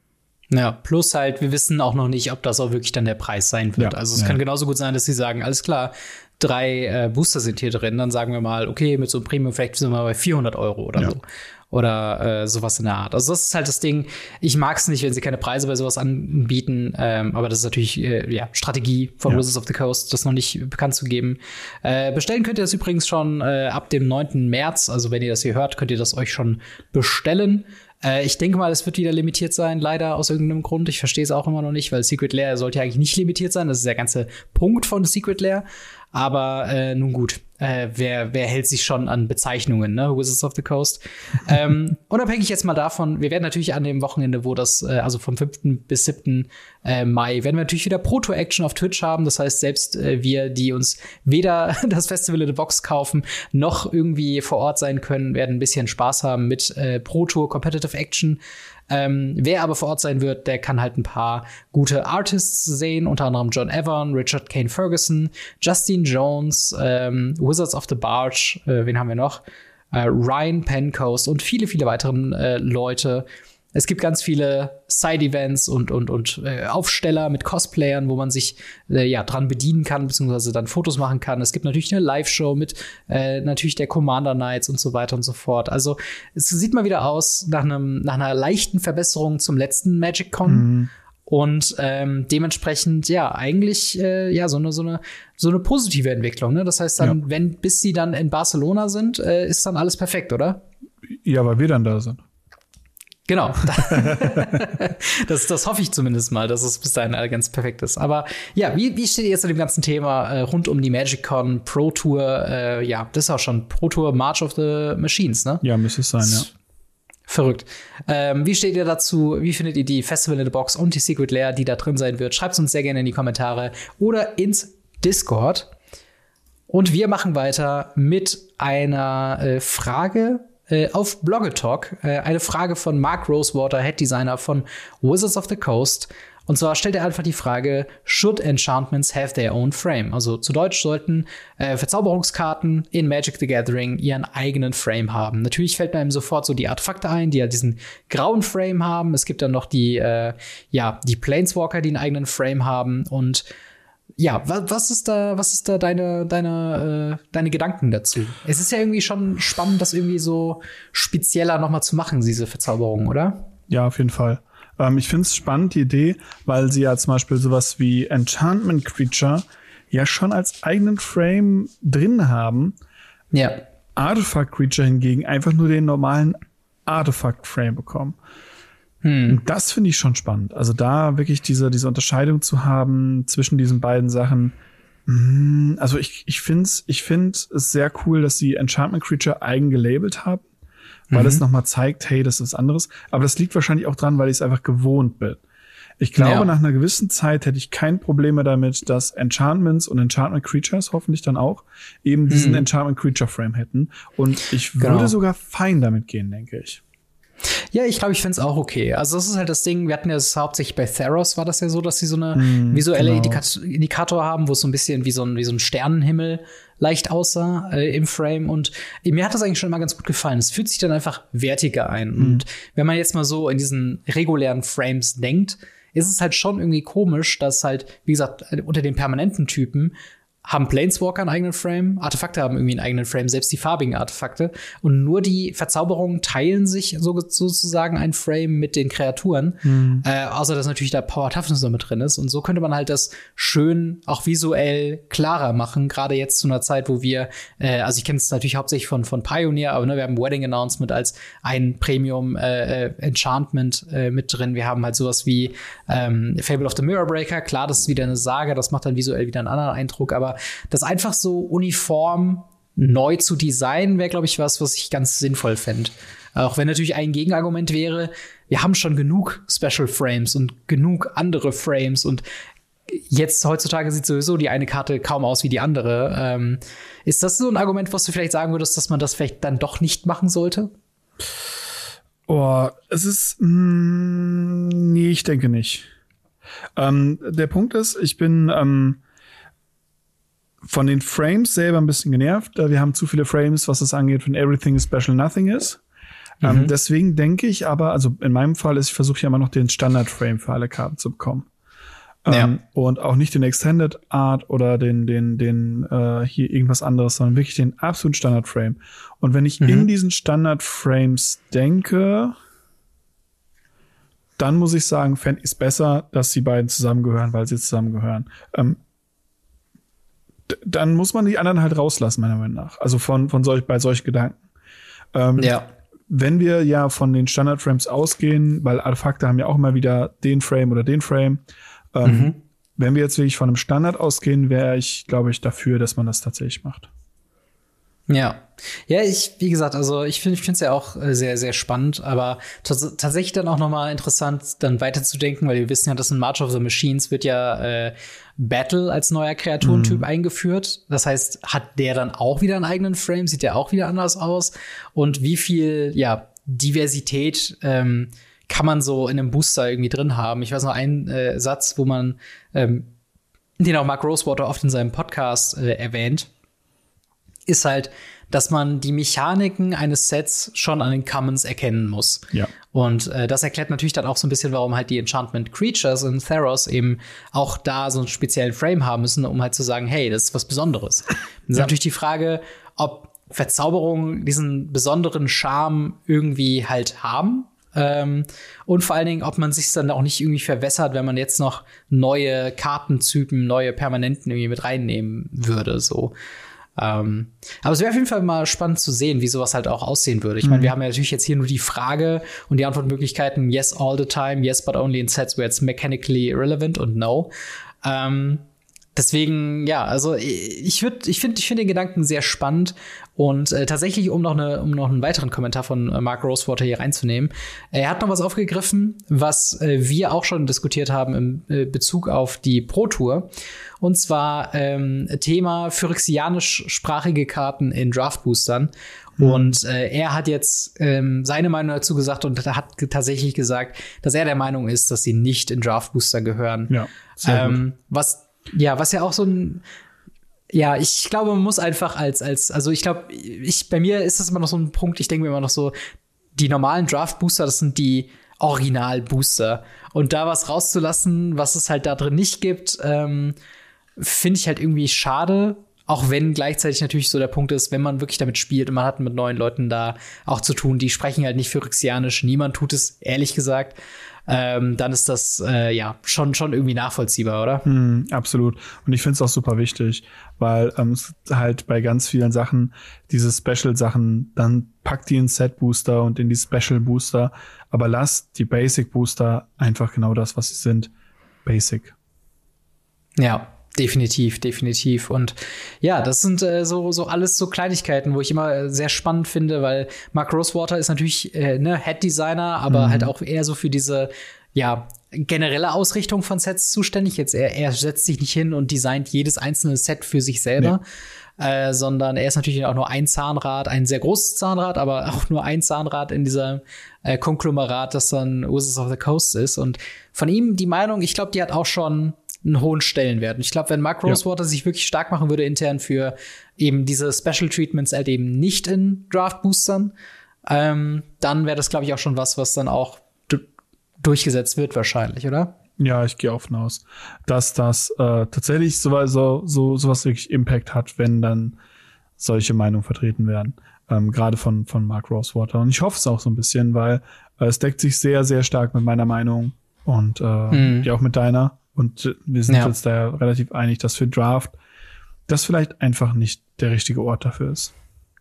Ja, plus halt, wir wissen auch noch nicht, ob das auch wirklich dann der Preis sein wird. Ja, also es kann genauso gut sein, dass sie sagen, alles klar, 3 Booster sind hier drin, dann sagen wir mal, okay, mit so einem Premium vielleicht sind wir mal bei 400 Euro oder so. Oder sowas in der Art. Also das ist halt das Ding. Ich mag es nicht, wenn sie keine Preise bei sowas anbieten. Aber das ist natürlich Strategie von Wizards of the Coast, das noch nicht bekannt zu geben. Bestellen könnt ihr das übrigens schon ab dem 9. März. Also wenn ihr das hier hört, könnt ihr das euch schon bestellen. Ich denke mal, es wird wieder limitiert sein, leider aus irgendeinem Grund. Ich verstehe es auch immer noch nicht, weil Secret Lair sollte ja eigentlich nicht limitiert sein. Das ist der ganze Punkt von Secret Lair. Aber nun gut, wer hält sich schon an Bezeichnungen, ne? Wizards of the Coast. Unabhängig jetzt mal davon, wir werden natürlich an dem Wochenende, wo das, also vom 5. bis 7. Mai, werden wir natürlich wieder Pro-Tour-Action auf Twitch haben. Das heißt, selbst wir, die uns weder das Festival in the Box kaufen, noch irgendwie vor Ort sein können, werden ein bisschen Spaß haben mit Pro-Tour Competitive Action. Wer aber vor Ort sein wird, der kann halt ein paar gute Artists sehen, unter anderem John Evan, Richard Kane Ferguson, Justin Jones, Wizards of the Barge, wen haben wir noch? Ryan Pencoast und viele, viele weitere Leute. Es gibt ganz viele Side-Events und Aufsteller mit Cosplayern, wo man sich dran bedienen kann, beziehungsweise dann Fotos machen kann. Es gibt natürlich eine Live-Show mit natürlich der Commander Nights und so weiter und so fort. Also es sieht mal wieder aus nach einer leichten Verbesserung zum letzten MagicCon. Mhm. Und dementsprechend eigentlich so eine positive Entwicklung. Ne? Das heißt dann, bis sie dann in Barcelona sind, ist dann alles perfekt, oder? Ja, weil wir dann da sind. Genau. Das hoffe ich zumindest mal, dass es bis dahin ganz perfekt ist. Aber ja, wie steht ihr jetzt zu dem ganzen Thema rund um die MagicCon Pro Tour? Das ist auch schon Pro Tour March of the Machines, ne? Ja, müsste es sein, ja. Verrückt. Wie steht ihr dazu? Wie findet ihr die Festival in the Box und die Secret Lair, die da drin sein wird? Schreibt es uns sehr gerne in die Kommentare oder ins Discord. Und wir machen weiter mit einer Frage auf Bloggetalk. Eine Frage von Mark Rosewater, Head Designer von Wizards of the Coast. Und zwar stellt er einfach die Frage, should enchantments have their own frame? Also zu Deutsch sollten Verzauberungskarten in Magic the Gathering ihren eigenen Frame haben. Natürlich fällt einem sofort so die Artefakte ein, die ja diesen grauen Frame haben. Es gibt dann noch die Planeswalker, die einen eigenen Frame haben. Und ja, was ist da deine Gedanken dazu? Es ist ja irgendwie schon spannend, das irgendwie so spezieller noch mal zu machen, diese Verzauberung, oder? Ja, auf jeden Fall. Ich finde es spannend, die Idee, weil sie ja zum Beispiel sowas wie Enchantment Creature ja schon als eigenen Frame drin haben. Ja. Artifact Creature hingegen einfach nur den normalen Artifact Frame bekommen. Und das finde ich schon spannend. Also da wirklich diese Unterscheidung zu haben zwischen diesen beiden Sachen. Also ich finde es sehr cool, dass sie Enchantment Creature eigen gelabelt haben, weil es nochmal zeigt, hey, das ist anderes. Aber das liegt wahrscheinlich auch dran, weil ich es einfach gewohnt bin. Ich glaube, nach einer gewissen Zeit hätte ich kein Problem mehr damit, dass Enchantments und Enchantment Creatures hoffentlich dann auch eben diesen Enchantment Creature Frame hätten. Und ich würde sogar fein damit gehen, denke ich. Ja, ich glaube, ich fände es auch okay. Also das ist halt das Ding, wir hatten ja das hauptsächlich bei Theros, war das ja so, dass sie so eine visuelle Indikator haben, wo es so ein bisschen wie so ein Sternenhimmel leicht aussah im Frame. Und mir hat das eigentlich schon immer ganz gut gefallen. Es fühlt sich dann einfach wertiger ein. Und wenn man jetzt mal so in diesen regulären Frames denkt, ist es halt schon irgendwie komisch, dass halt, wie gesagt, unter den permanenten Typen haben Planeswalker einen eigenen Frame, Artefakte haben irgendwie einen eigenen Frame, selbst die farbigen Artefakte. Und nur die Verzauberungen teilen sich sozusagen ein Frame mit den Kreaturen. Außer dass natürlich da Power Toughness noch mit drin ist. Und so könnte man halt das schön auch visuell klarer machen. Gerade jetzt zu einer Zeit, wo wir, also ich kenne es natürlich hauptsächlich von Pioneer, aber wir haben Wedding Announcement als ein Premium Enchantment mit drin. Wir haben halt sowas wie Fable of the Mirror Breaker. Klar, das ist wieder eine Saga, das macht dann visuell wieder einen anderen Eindruck, aber das einfach so uniform neu zu designen, wäre, glaube ich, was ich ganz sinnvoll fände. Auch wenn natürlich ein Gegenargument wäre, wir haben schon genug Special Frames und genug andere Frames und jetzt heutzutage sieht sowieso die eine Karte kaum aus wie die andere. Ist das so ein Argument, was du vielleicht sagen würdest, dass man das vielleicht dann doch nicht machen sollte? Es ist nee, ich denke nicht. Der Punkt ist, ich bin von den Frames selber ein bisschen genervt. Wir haben zu viele Frames, was das angeht, wenn Everything is Special Nothing ist. Deswegen denke ich aber, also in meinem Fall ist, ich versuche ja immer noch den Standard-Frame für alle Karten zu bekommen. Und auch nicht den Extended Art oder den hier irgendwas anderes, sondern wirklich den absoluten Standard-Frame. Und wenn ich in diesen Standard-Frames denke, dann muss ich sagen, fände ich es besser, dass die beiden zusammengehören, weil sie zusammengehören. Dann muss man die anderen halt rauslassen, meiner Meinung nach. Also bei solchen Gedanken. Wenn wir ja von den Standard-Frames ausgehen, weil Artefakte haben ja auch immer wieder den Frame oder den Frame. Wenn wir jetzt wirklich von einem Standard ausgehen, wäre ich, glaube ich, dafür, dass man das tatsächlich macht. Ja, wie gesagt, also ich finde es ja auch sehr, sehr spannend, aber tatsächlich dann auch nochmal interessant, dann weiterzudenken, weil wir wissen ja, dass in March of the Machines wird ja Battle als neuer Kreaturentyp eingeführt. Das heißt, hat der dann auch wieder einen eigenen Frame? Sieht der auch wieder anders aus? Und wie viel, Diversität kann man so in einem Booster irgendwie drin haben? Ich weiß noch einen Satz, wo man den auch Mark Rosewater oft in seinem Podcast erwähnt, ist halt, dass man die Mechaniken eines Sets schon an den Commons erkennen muss. Ja. Und das erklärt natürlich dann auch so ein bisschen, warum halt die Enchantment Creatures in Theros eben auch da so einen speziellen Frame haben müssen, um halt zu sagen, hey, das ist was Besonderes. Das ist natürlich die Frage, ob Verzauberungen diesen besonderen Charme irgendwie halt haben. Und vor allen Dingen, ob man sich dann auch nicht irgendwie verwässert, wenn man jetzt noch neue Kartentypen, neue Permanenten irgendwie mit reinnehmen würde, so. Aber es wäre auf jeden Fall mal spannend zu sehen, wie sowas halt auch aussehen würde. Ich meine, wir haben ja natürlich jetzt hier nur die Frage und die Antwortmöglichkeiten yes all the time, yes but only in sets where it's mechanically relevant und no. Deswegen, also ich finde den Gedanken sehr spannend und tatsächlich, um noch einen weiteren Kommentar von Mark Rosewater hier reinzunehmen. Er hat noch was aufgegriffen, was wir auch schon diskutiert haben im Bezug auf die Pro Tour. Und zwar Thema phyrexianischsprachige Karten in Draft-Boostern. Und er hat jetzt seine Meinung dazu gesagt und hat tatsächlich gesagt, dass er der Meinung ist, dass sie nicht in Draft-Booster gehören. Ja, sehr gut. Was ja auch so ein ich glaube, man muss einfach also ich glaube, bei mir ist das immer noch so ein Punkt, ich denke mir immer noch so, die normalen Draft-Booster, das sind die Original-Booster. Und da was rauszulassen, was es halt da drin nicht gibt, finde ich halt irgendwie schade. Auch wenn gleichzeitig natürlich so der Punkt ist, wenn man wirklich damit spielt und man hat mit neuen Leuten da auch zu tun, die sprechen halt nicht phyrexianisch, niemand tut es, ehrlich gesagt. Dann ist das schon irgendwie nachvollziehbar, oder? Absolut. Und ich finde es auch super wichtig, weil halt bei ganz vielen Sachen, diese Special-Sachen, dann packt die in Set-Booster und in die Special-Booster, aber lasst die Basic-Booster einfach genau das, was sie sind. Basic. Ja. Definitiv. Und das sind so alles so Kleinigkeiten, wo ich immer sehr spannend finde, weil Mark Rosewater ist natürlich Head-Designer, aber halt auch eher so für diese generelle Ausrichtung von Sets zuständig. Jetzt er setzt sich nicht hin und designt jedes einzelne Set für sich selber, sondern er ist natürlich auch nur ein Zahnrad, ein sehr großes Zahnrad, aber auch nur ein Zahnrad in diesem Konglomerat, das dann Wizards of the Coast ist. Und von ihm die Meinung, ich glaube, die hat auch schon einen hohen Stellenwert. Und ich glaube, wenn Mark Rosewater sich wirklich stark machen würde intern für eben diese Special Treatments halt eben nicht in Draft-Boostern, dann wäre das, glaube ich, auch schon was dann auch durchgesetzt wird wahrscheinlich, oder? Ja, ich gehe offen aus, dass das tatsächlich sowas wirklich Impact hat, wenn dann solche Meinungen vertreten werden. Gerade von Mark Rosewater. Und ich hoffe es auch so ein bisschen, weil es deckt sich sehr, sehr stark mit meiner Meinung und ja auch mit deiner. Und wir sind uns da relativ einig, dass für Draft das vielleicht einfach nicht der richtige Ort dafür ist.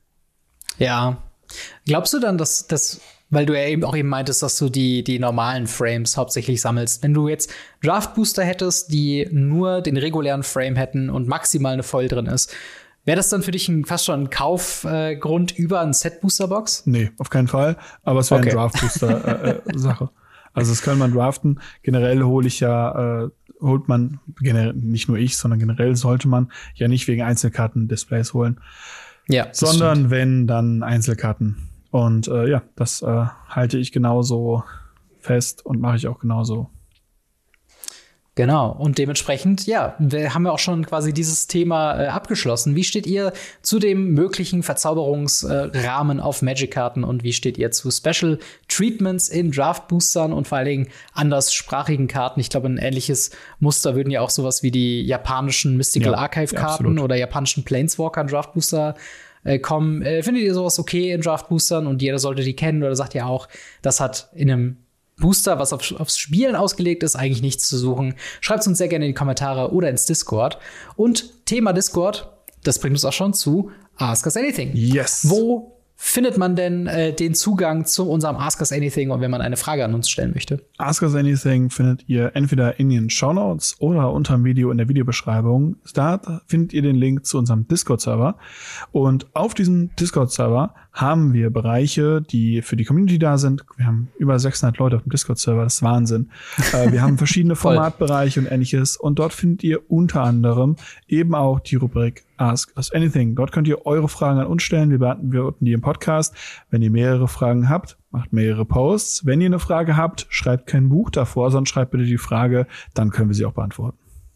Ja. Glaubst du dann, dass weil du ja eben meintest, dass du die normalen Frames hauptsächlich sammelst. Wenn du jetzt Draft-Booster hättest, die nur den regulären Frame hätten und maximal eine Foil drin ist, wäre das dann für dich fast schon ein Kaufgrund über eine Set-Booster-Box? Nee, auf keinen Fall. Aber es wäre eine Draft-Booster-Sache. Also das kann man draften. Generell holt man, generell, nicht nur ich, sondern generell sollte man ja nicht wegen Einzelkarten Displays holen. Ja. Sondern stimmt. Wenn, dann Einzelkarten. Und das halte ich genauso fest und mache ich auch genauso. Genau, und dementsprechend, ja, wir haben ja auch schon quasi dieses Thema abgeschlossen. Wie steht ihr zu dem möglichen Verzauberungsrahmen auf Magic-Karten und wie steht ihr zu Special Treatments in Draft-Boostern und vor allen Dingen anderssprachigen Karten? Ich glaube, ein ähnliches Muster würden ja auch sowas wie die japanischen Mystical Archive-Karten oder japanischen Planeswalker-Draft-Booster kommen. Findet ihr sowas okay in Draft-Boostern und jeder sollte die kennen oder sagt ihr auch, das hat in einem Booster, was aufs Spielen ausgelegt ist, eigentlich nichts zu suchen? Schreibt es uns sehr gerne in die Kommentare oder ins Discord. Und Thema Discord, das bringt uns auch schon zu Ask Us Anything. Yes. Wo findet man denn den Zugang zu unserem Ask Us Anything und wenn man eine Frage an uns stellen möchte? Ask Us Anything findet ihr entweder in den Shownotes oder unter dem Video in der Videobeschreibung. Da findet ihr den Link zu unserem Discord-Server. Und auf diesem Discord-Server haben wir Bereiche, die für die Community da sind. Wir haben über 600 Leute auf dem Discord-Server, das ist Wahnsinn. Wir haben verschiedene Formatbereiche und ähnliches. Und dort findet ihr unter anderem eben auch die Rubrik Ask Us Anything. Dort könnt ihr eure Fragen an uns stellen. Wir beantworten die im Podcast. Wenn ihr mehrere Fragen habt, macht mehrere Posts. Wenn ihr eine Frage habt, schreibt kein Buch davor, sondern schreibt bitte die Frage, dann können wir sie auch beantworten.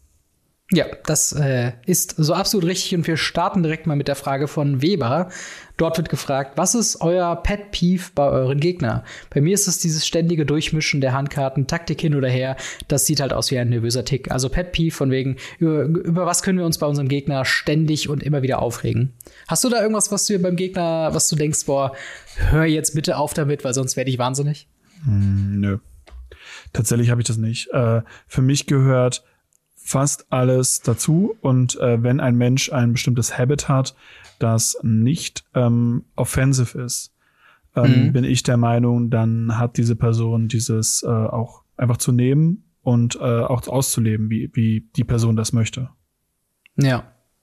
Ja, das ist so absolut richtig und wir starten direkt mal mit der Frage von Weber. Dort wird gefragt, was ist euer Pet Peeve bei euren Gegnern? Bei mir ist es dieses ständige Durchmischen der Handkarten, Taktik hin oder her. Das sieht halt aus wie ein nervöser Tick. Also Pet Peeve von wegen, über was können wir uns bei unserem Gegner ständig und immer wieder aufregen? Hast du da irgendwas, was du beim Gegner, was du denkst, boah, hör jetzt bitte auf damit, weil sonst werde ich wahnsinnig? Nö. Tatsächlich habe ich das nicht. Für mich gehört fast alles dazu und wenn ein Mensch ein bestimmtes Habit hat, das nicht offensive ist, bin ich der Meinung, dann hat diese Person dieses auch einfach zu nehmen und auch auszuleben, wie die Person das möchte. Ja.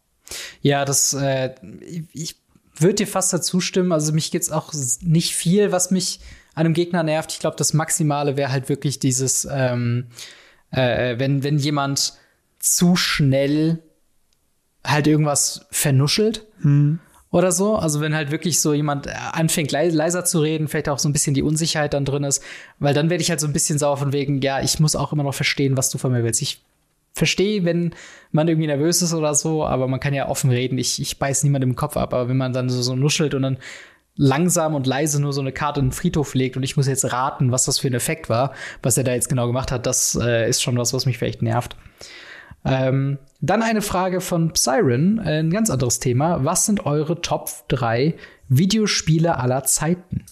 Ja, das ich würde dir fast dazu stimmen. Also mich geht's auch nicht viel, was mich an einem Gegner nervt. Ich glaube, das Maximale wäre halt wirklich dieses wenn jemand zu schnell halt irgendwas vernuschelt oder so. Also wenn halt wirklich so jemand anfängt, leiser zu reden, vielleicht auch so ein bisschen die Unsicherheit dann drin ist. Weil dann werde ich halt so ein bisschen sauer von wegen, ja, ich muss auch immer noch verstehen, was du von mir willst. Ich verstehe, wenn man irgendwie nervös ist oder so, aber man kann ja offen reden. Ich beiß niemandem im Kopf ab. Aber wenn man dann so nuschelt und dann langsam und leise nur so eine Karte in den Friedhof legt und ich muss jetzt raten, was das für ein Effekt war, was er da jetzt genau gemacht hat, das ist schon was mich vielleicht nervt. Dann eine Frage von Psyren, ein ganz anderes Thema. Was sind eure Top 3 Videospiele aller Zeiten?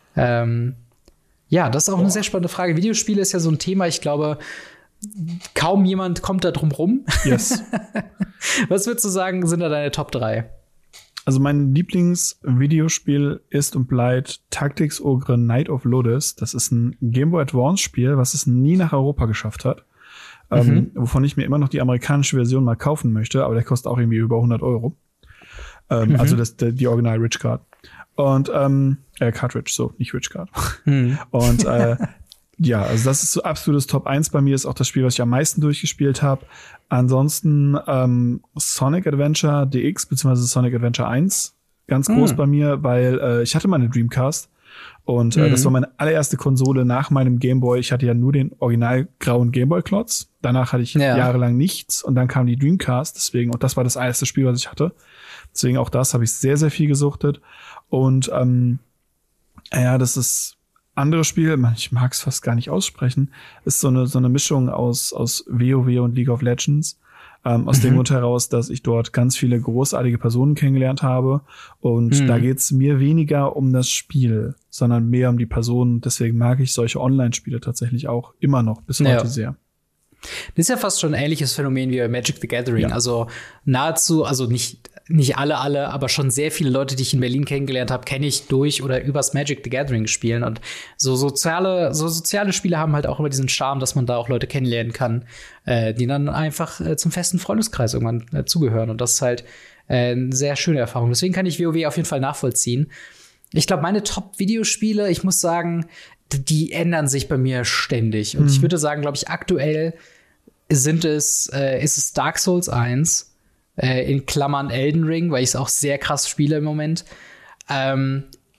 Ja, das ist auch eine sehr spannende Frage. Videospiele ist ja so ein Thema, ich glaube, kaum jemand kommt da drum rum. Yes. Was würdest du sagen, sind da deine Top 3? Also mein Lieblingsvideospiel ist und bleibt Tactics Ogre Knight of Lodis. Das ist ein Game Boy Advance Spiel, was es nie nach Europa geschafft hat. Wovon ich mir immer noch die amerikanische Version mal kaufen möchte, aber der kostet auch irgendwie über 100 Euro. Also die Original Rich Card. Und Cartridge, so, nicht Rich Card. Und ja, also das ist so absolutes Top 1 bei mir, ist auch das Spiel, was ich am meisten durchgespielt habe. Ansonsten Sonic Adventure DX beziehungsweise Sonic Adventure 1 ganz groß bei mir, weil ich hatte mal eine Dreamcast und das war meine allererste Konsole nach meinem Gameboy. Ich hatte ja nur den original grauen Gameboy-Klotz. Danach hatte ich jahrelang nichts und dann kam die Dreamcast, deswegen, und das war das erste Spiel, was ich hatte. Deswegen auch das habe ich sehr, sehr viel gesuchtet. Und ja, das ist andere Spiel, ich mag es fast gar nicht aussprechen, ist so eine Mischung aus WoW und League of Legends. Aus dem Grund heraus, dass ich dort ganz viele großartige Personen kennengelernt habe. Und da geht's mir weniger um das Spiel, sondern mehr um die Personen. Deswegen mag ich solche Online-Spiele tatsächlich auch immer noch bis heute sehr. Das ist ja fast schon ein ähnliches Phänomen wie Magic the Gathering. Ja. Also nahezu, also nicht alle, aber schon sehr viele Leute, die ich in Berlin kennengelernt habe, kenne ich durch oder übers Magic the Gathering spielen. Und so soziale Spiele haben halt auch immer diesen Charme, dass man da auch Leute kennenlernen kann, die dann einfach zum festen Freundeskreis irgendwann zugehören. Und das ist halt eine sehr schöne Erfahrung. Deswegen kann ich WoW auf jeden Fall nachvollziehen. Ich glaube, meine Top-Videospiele, ich muss sagen, die ändern sich bei mir ständig. Und ich würde sagen, glaube ich, aktuell ist es Dark Souls 1, in Klammern Elden Ring, weil ich es auch sehr krass spiele im Moment.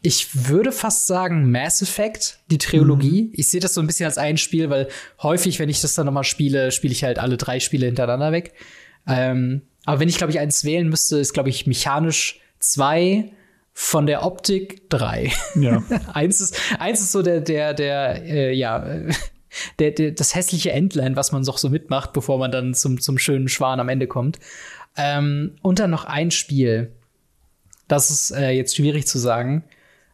Ich würde fast sagen Mass Effect, die Trilogie. Ich sehe das so ein bisschen als ein Spiel, weil häufig, wenn ich das dann noch mal spiele ich halt alle 3 Spiele hintereinander weg. Aber wenn ich, glaube ich, eins wählen müsste, ist, glaube ich, mechanisch 2, von der Optik 3. Ja. eins ist so das hässliche Entlein, was man doch so mitmacht, bevor man dann zum schönen Schwan am Ende kommt. Und dann noch ein Spiel. Das ist jetzt schwierig zu sagen.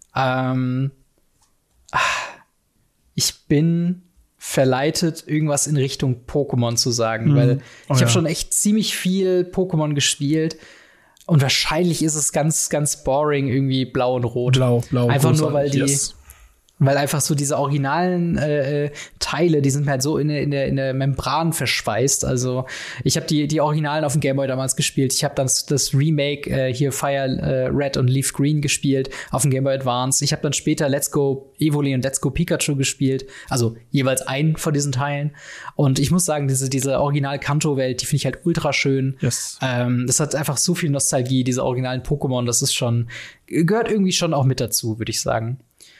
Ich bin verleitet, irgendwas in Richtung Pokémon zu sagen, weil ich habe schon echt ziemlich viel Pokémon gespielt. Und wahrscheinlich ist es ganz, ganz boring, irgendwie blau und rot. Blau. Einfach nur, weil einfach so diese originalen Teile, die sind halt so in der Membran verschweißt. Also ich habe die Originalen auf dem Game Boy damals gespielt. Ich habe dann das Remake hier Fire Red und Leaf Green gespielt auf dem Game Boy Advance. Ich habe dann später Let's Go Evoli und Let's Go Pikachu gespielt. Also jeweils einen von diesen Teilen. Und ich muss sagen, diese Original-Kanto-Welt, die finde ich halt ultra schön. Yes. Das hat einfach so viel Nostalgie, diese originalen Pokémon. Das ist gehört irgendwie schon auch mit dazu, würde ich sagen.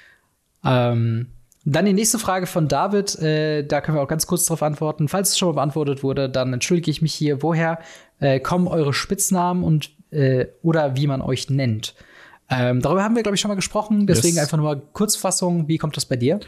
Dann die nächste Frage von David, da können wir auch ganz kurz drauf antworten. Falls es schon mal beantwortet wurde, dann entschuldige ich mich hier. Woher kommen eure Spitznamen und oder wie man euch nennt? Darüber haben wir, glaube ich, schon mal gesprochen. Deswegen einfach nur mal Kurzfassung. Wie kommt das bei dir?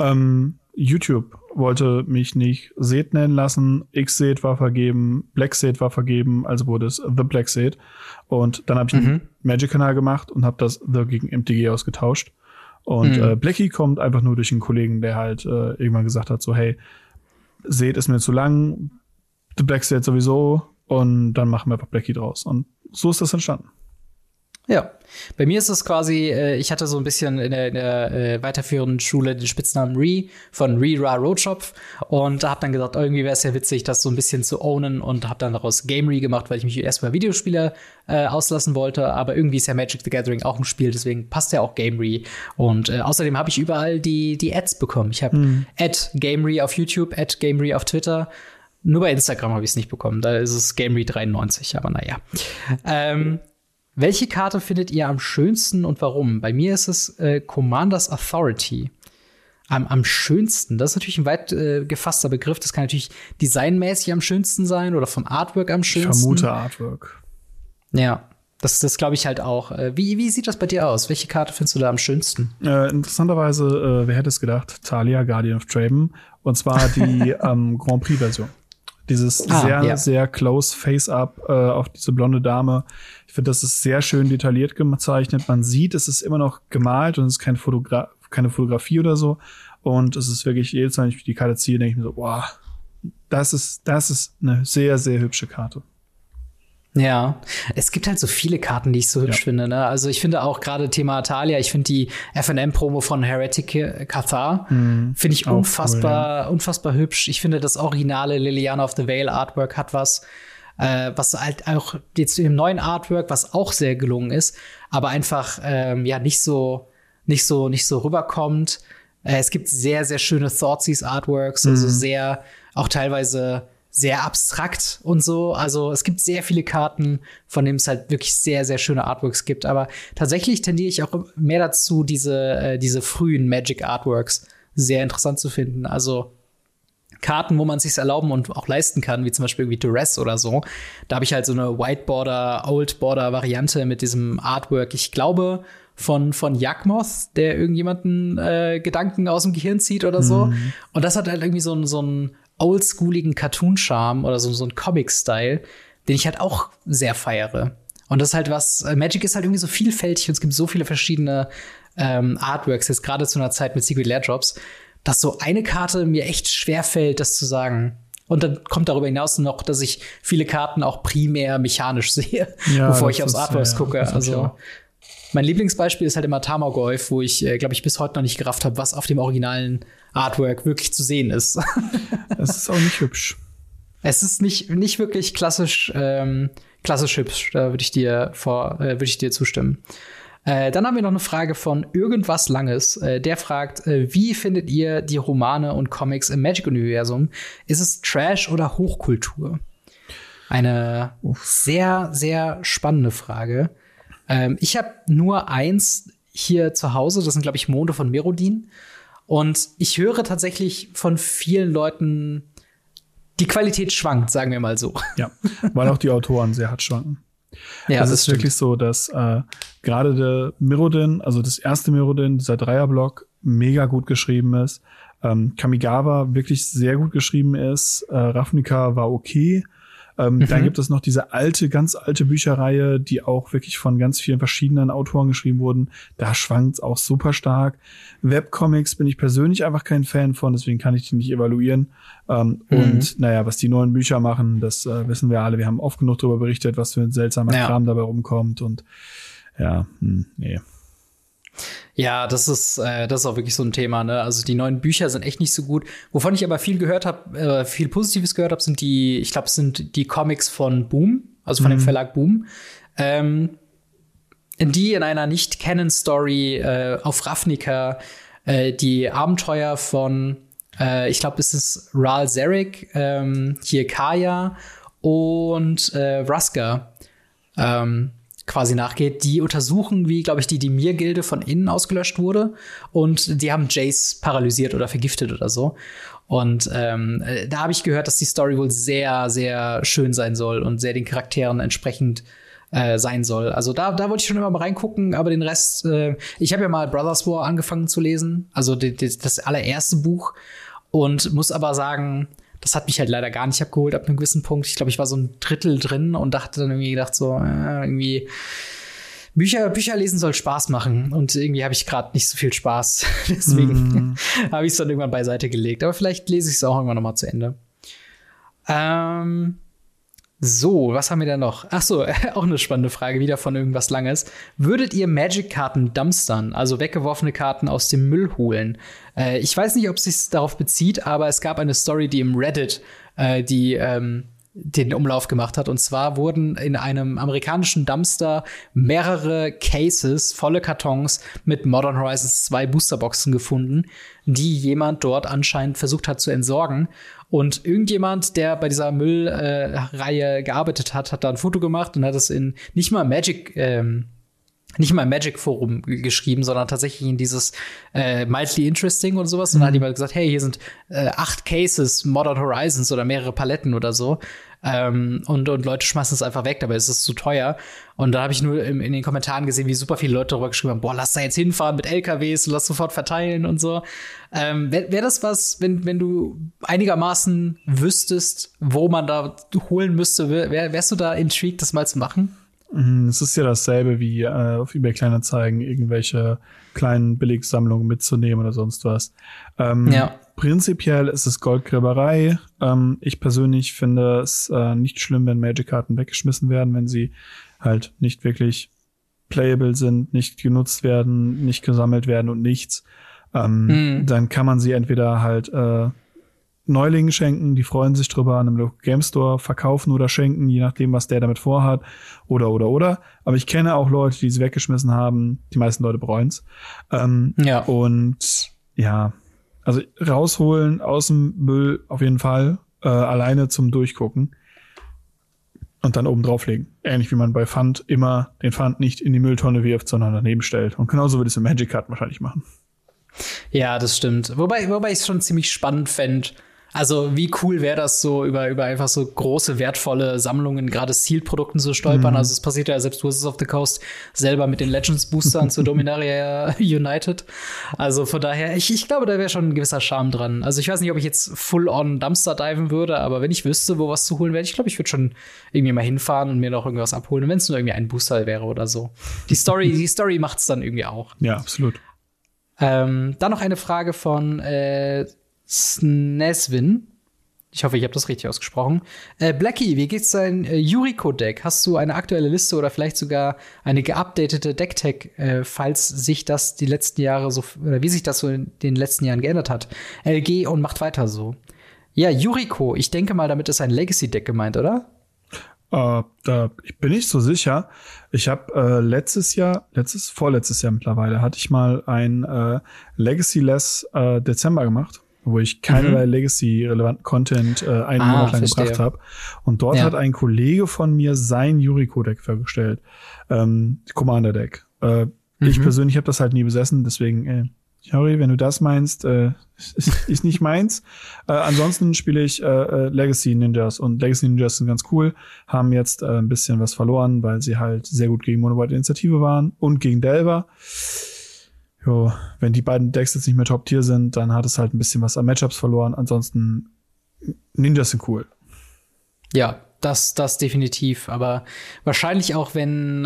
YouTube wollte mich nicht Seth nennen lassen. X-Seth war vergeben, Black-Seth war vergeben, also wurde es The Black-Seth. Und dann habe ich einen Magic-Kanal gemacht und habe das The gegen MTG ausgetauscht. Und Blackie kommt einfach nur durch einen Kollegen, der halt irgendwann gesagt hat, so, hey, Seth ist mir zu lang, The Black Seth sowieso, und dann machen wir einfach Blackie draus. Und so ist das entstanden. Ja, bei mir ist es quasi, ich hatte so ein bisschen in der weiterführenden Schule den Spitznamen Re von Re-Ra Roadshop und hab dann gesagt, irgendwie wäre es ja witzig, das so ein bisschen zu ownen und hab dann daraus Game Re gemacht, weil ich mich erstmal Videospiele auslassen wollte, aber irgendwie ist ja Magic the Gathering auch ein Spiel, deswegen passt ja auch Game Re und außerdem habe ich überall die Ads bekommen. Ich habe Game Re auf YouTube, Game Re auf Twitter. Nur bei Instagram habe ich es nicht bekommen, da ist es Game Re 93, aber naja. Welche Karte findet ihr am schönsten und warum? Bei mir ist es Commander's Authority. Am schönsten. Das ist natürlich ein weit gefasster Begriff. Das kann natürlich designmäßig am schönsten sein oder vom Artwork am schönsten. Ich vermute Artwork. Ja, das glaube ich halt auch. Wie sieht das bei dir aus? Welche Karte findest du da am schönsten? Interessanterweise, wer hätte es gedacht? Thalia, Guardian of Traben. Und zwar die Grand Prix-Version. Dieses sehr close Face-Up auf diese blonde Dame. Ich finde, das ist sehr schön detailliert gezeichnet. Man sieht, es ist immer noch gemalt und es ist keine Fotografie oder so. Und es ist wirklich, jedes Mal, wenn ich die Karte ziehe, denke ich mir so, wow, das ist eine sehr, sehr hübsche Karte. Ja, es gibt halt so viele Karten, die ich so hübsch finde. Ne? Also ich finde auch gerade Thema Thalia, ich finde die FNM-Promo von Heretic Cathar, finde ich unfassbar hübsch. Ich finde, das originale Liliana of the Veil Artwork hat was halt auch jetzt im neuen Artwork, was auch sehr gelungen ist, aber einfach nicht so rüberkommt. Es gibt sehr, sehr schöne Thoughtseize Artworks, also sehr, auch teilweise sehr abstrakt und so. Also es gibt sehr viele Karten, von denen es halt wirklich sehr, sehr schöne Artworks gibt. Aber tatsächlich tendiere ich auch mehr dazu, diese frühen Magic Artworks sehr interessant zu finden. Also Karten, wo man es sich erlauben und auch leisten kann, wie zum Beispiel irgendwie Duress oder so. Da habe ich halt so eine White Border, Old Border Variante mit diesem Artwork. Ich glaube von Yawgmoth, der irgendjemanden Gedanken aus dem Gehirn zieht oder so. Und das hat halt irgendwie so einen oldschooligen Cartoon-Charme oder so einen Comic-Style, den ich halt auch sehr feiere. Und das ist halt Magic ist halt irgendwie so vielfältig und es gibt so viele verschiedene Artworks, jetzt gerade zu einer Zeit mit Secret Lair Drops, dass so eine Karte mir echt schwer fällt, das zu sagen. Und dann kommt darüber hinaus noch, dass ich viele Karten auch primär mechanisch sehe, bevor ich aufs Artworks gucke. Also mein Lieblingsbeispiel ist halt immer Tarmogoyf, wo ich, glaube ich, bis heute noch nicht gerafft habe, was auf dem originalen Artwork wirklich zu sehen ist. Es ist auch nicht hübsch. Es ist nicht wirklich klassisch hübsch. Da würde ich dir zustimmen. Dann haben wir noch eine Frage von Irgendwas Langes. Der fragt, wie findet ihr die Romane und Comics im Magic-Universum? Ist es Trash oder Hochkultur? Eine sehr, sehr spannende Frage. Ich habe nur eins. hier zu Hause. Das sind, glaube ich, Monde von Mirrodin. Und ich höre tatsächlich von vielen Leuten, die Qualität schwankt, sagen wir mal so. Ja, weil auch die Autoren sehr hart schwanken. Ja, es ist wirklich so, dass gerade der Mirrodin, also das erste Mirrodin, dieser Dreierblock, mega gut geschrieben ist. Kamigawa wirklich sehr gut geschrieben ist. Ravnica war okay. Dann gibt es noch diese ganz alte Bücherreihe, die auch wirklich von ganz vielen verschiedenen Autoren geschrieben wurden. Da schwankt's auch super stark. Webcomics bin ich persönlich einfach kein Fan von, deswegen kann ich die nicht evaluieren. Und naja, was die neuen Bücher machen, das wissen wir alle. Wir haben oft genug darüber berichtet, was für ein seltsamer Kram dabei rumkommt. Und ja, nee. Ja, das ist auch wirklich so ein Thema, ne? Also die neuen Bücher sind echt nicht so gut. Wovon ich aber viel gehört habe, viel Positives gehört habe, sind die Comics von Boom, also von dem Verlag Boom, die in einer Nicht-Canon-Story auf Ravnica die Abenteuer von, ich glaube, es ist Ral Zarek, hier Kaya und Vraska quasi nachgeht. Die untersuchen, wie, glaube ich, die Dimir-Gilde von innen ausgelöscht wurde. Und die haben Jace paralysiert oder vergiftet oder so. Und da habe ich gehört, dass die Story wohl sehr, sehr schön sein soll und sehr den Charakteren entsprechend sein soll. Also da wollte ich schon immer mal reingucken, aber den Rest, ich habe ja mal Brothers War angefangen zu lesen, also das allererste Buch. Und muss aber sagen, das hat mich halt leider gar nicht abgeholt ab einem gewissen Punkt. Ich glaube, ich war so ein Drittel drin und dachte dann irgendwie Bücher lesen soll Spaß machen. Und irgendwie habe ich gerade nicht so viel Spaß. Deswegen habe ich es dann irgendwann beiseite gelegt. Aber vielleicht lese ich es auch irgendwann noch mal zu Ende. So, was haben wir denn noch? Ach so, auch eine spannende Frage, wieder von irgendwas Langes. Würdet ihr Magic-Karten dumpstern, also weggeworfene Karten aus dem Müll holen? Ich weiß nicht, ob es sich darauf bezieht, aber es gab eine Story, die im Reddit die den Umlauf gemacht hat. Und zwar wurden in einem amerikanischen Dumpster mehrere Cases, volle Kartons mit Modern Horizons 2 Boosterboxen gefunden, die jemand dort anscheinend versucht hat zu entsorgen. Und irgendjemand, der bei dieser Müllreihe gearbeitet hat, hat da ein Foto gemacht und hat es in nicht mal Magic Forum geschrieben, sondern tatsächlich in dieses Mildly Interesting und sowas. Und dann hat jemand gesagt, hey, hier sind 8 Cases Modern Horizons oder mehrere Paletten oder so. Und Leute schmeißen es einfach weg, dabei ist es zu teuer. Und da habe ich nur in den Kommentaren gesehen, wie super viele Leute darüber geschrieben haben, boah, lass da jetzt hinfahren mit LKWs und lass sofort verteilen und so. Wär das was, wenn du einigermaßen wüsstest, wo man da holen müsste, wärst du da intrigued, das mal zu machen? Es ist ja dasselbe wie auf eBay Kleinanzeigen irgendwelche kleinen Billigsammlungen mitzunehmen oder sonst was. Prinzipiell ist es Goldgräberei. Ich persönlich finde es nicht schlimm, wenn Magic-Karten weggeschmissen werden, wenn sie halt nicht wirklich playable sind, nicht genutzt werden, nicht gesammelt werden und nichts. Dann kann man sie entweder halt Neulingen schenken, die freuen sich drüber, an einem Local Game Store verkaufen oder schenken, je nachdem, was der damit vorhat, oder. Aber ich kenne auch Leute, die sie weggeschmissen haben. Die meisten Leute bereuen es. Und ja, also rausholen aus dem Müll auf jeden Fall, alleine zum Durchgucken und dann oben drauflegen. Ähnlich wie man bei Pfand immer den Pfand nicht in die Mülltonne wirft, sondern daneben stellt. Und genauso würde es im Magic Card wahrscheinlich machen. Ja, das stimmt. Wobei ich es schon ziemlich spannend fände. Also, wie cool wäre das so, über einfach so große, wertvolle Sammlungen, gerade Sealed-Produkten zu stolpern. Also, es passiert ja selbst Wizards of the Coast selber mit den Legends-Boostern zu Dominaria United. Also, von daher, ich glaube, da wäre schon ein gewisser Charme dran. Also, ich weiß nicht, ob ich jetzt full-on Dumpster diven würde, aber wenn ich wüsste, wo was zu holen wäre, ich glaube, ich würde schon irgendwie mal hinfahren und mir noch irgendwas abholen. Und wenn es nur irgendwie ein Booster wäre oder so. Die Story macht's dann irgendwie auch. Ja, absolut. Dann noch eine Frage von Snesvin. Ich hoffe, ich habe das richtig ausgesprochen. Blackie, wie geht's dein Yuriko-Deck? Hast du eine aktuelle Liste oder vielleicht sogar eine geupdatete Deck-Tag, falls sich das die letzten Jahre oder wie sich das so in den letzten Jahren geändert hat? LG und macht weiter so. Ja, Yuriko, ich denke mal, damit ist ein Legacy-Deck gemeint, oder? Ich bin nicht so sicher. Ich habe vorletztes Jahr mittlerweile, hatte ich mal ein Legacy-less Dezember gemacht, wo ich keinerlei Legacy-relevanten Content einen Monat lang gebracht habe. Und dort hat ein Kollege von mir sein Yuriko-Deck vorgestellt. Commander-Deck. Ich persönlich habe das halt nie besessen, deswegen, sorry, wenn du das meinst, ist nicht meins. Ansonsten spiele ich Legacy Ninjas und Legacy Ninjas sind ganz cool, haben jetzt ein bisschen was verloren, weil sie halt sehr gut gegen Mono White Initiative waren und gegen Delver. Jo, wenn die beiden Decks jetzt nicht mehr Top-Tier sind, dann hat es halt ein bisschen was an Matchups verloren. Ansonsten, Ninjas sind cool. Ja, das definitiv. Aber wahrscheinlich auch, wenn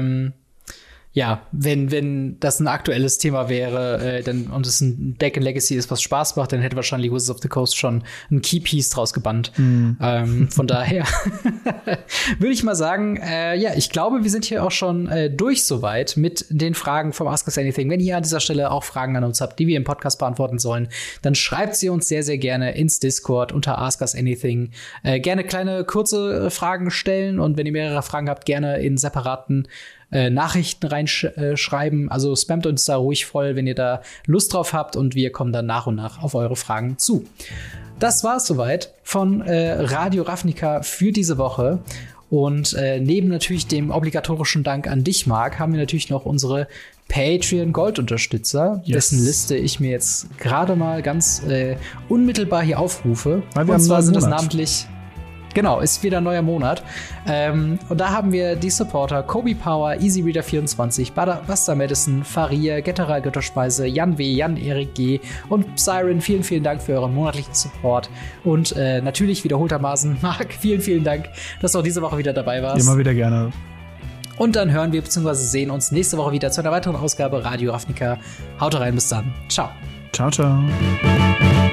das ein aktuelles Thema wäre, und es ein Deck in Legacy ist, was Spaß macht, dann hätte wahrscheinlich Wizards of the Coast schon ein Keypiece draus gebannt. Von daher würde ich mal sagen, ich glaube, wir sind hier auch schon durch soweit mit den Fragen vom Ask Us Anything. Wenn ihr an dieser Stelle auch Fragen an uns habt, die wir im Podcast beantworten sollen, dann schreibt sie uns sehr, sehr gerne ins Discord unter Ask Us Anything. Gerne kleine, kurze Fragen stellen und wenn ihr mehrere Fragen habt, gerne in separaten Nachrichten reinschreiben. Also spammt uns da ruhig voll, wenn ihr da Lust drauf habt und wir kommen dann nach und nach auf eure Fragen zu. Das war's soweit von Radio Ravnica für diese Woche. Und neben natürlich dem obligatorischen Dank an dich, Marc, haben wir natürlich noch unsere Patreon-Gold-Unterstützer, dessen Liste ich mir jetzt gerade mal ganz unmittelbar hier aufrufe. Und zwar sind das namentlich Genau, ist wieder ein neuer Monat. Und da haben wir die Supporter Kobe Power, EasyReader24, Buster Madison, Faria, Getterer Götterspeise, Jan W., Jan Erik G. und Siren. Vielen, vielen Dank für euren monatlichen Support. Und natürlich wiederholtermaßen, Marc, vielen, vielen Dank, dass du auch diese Woche wieder dabei warst. Immer wieder gerne. Und dann hören wir bzw. sehen uns nächste Woche wieder zu einer weiteren Ausgabe Radio Ravnica. Haut rein, bis dann. Ciao. Ciao, ciao.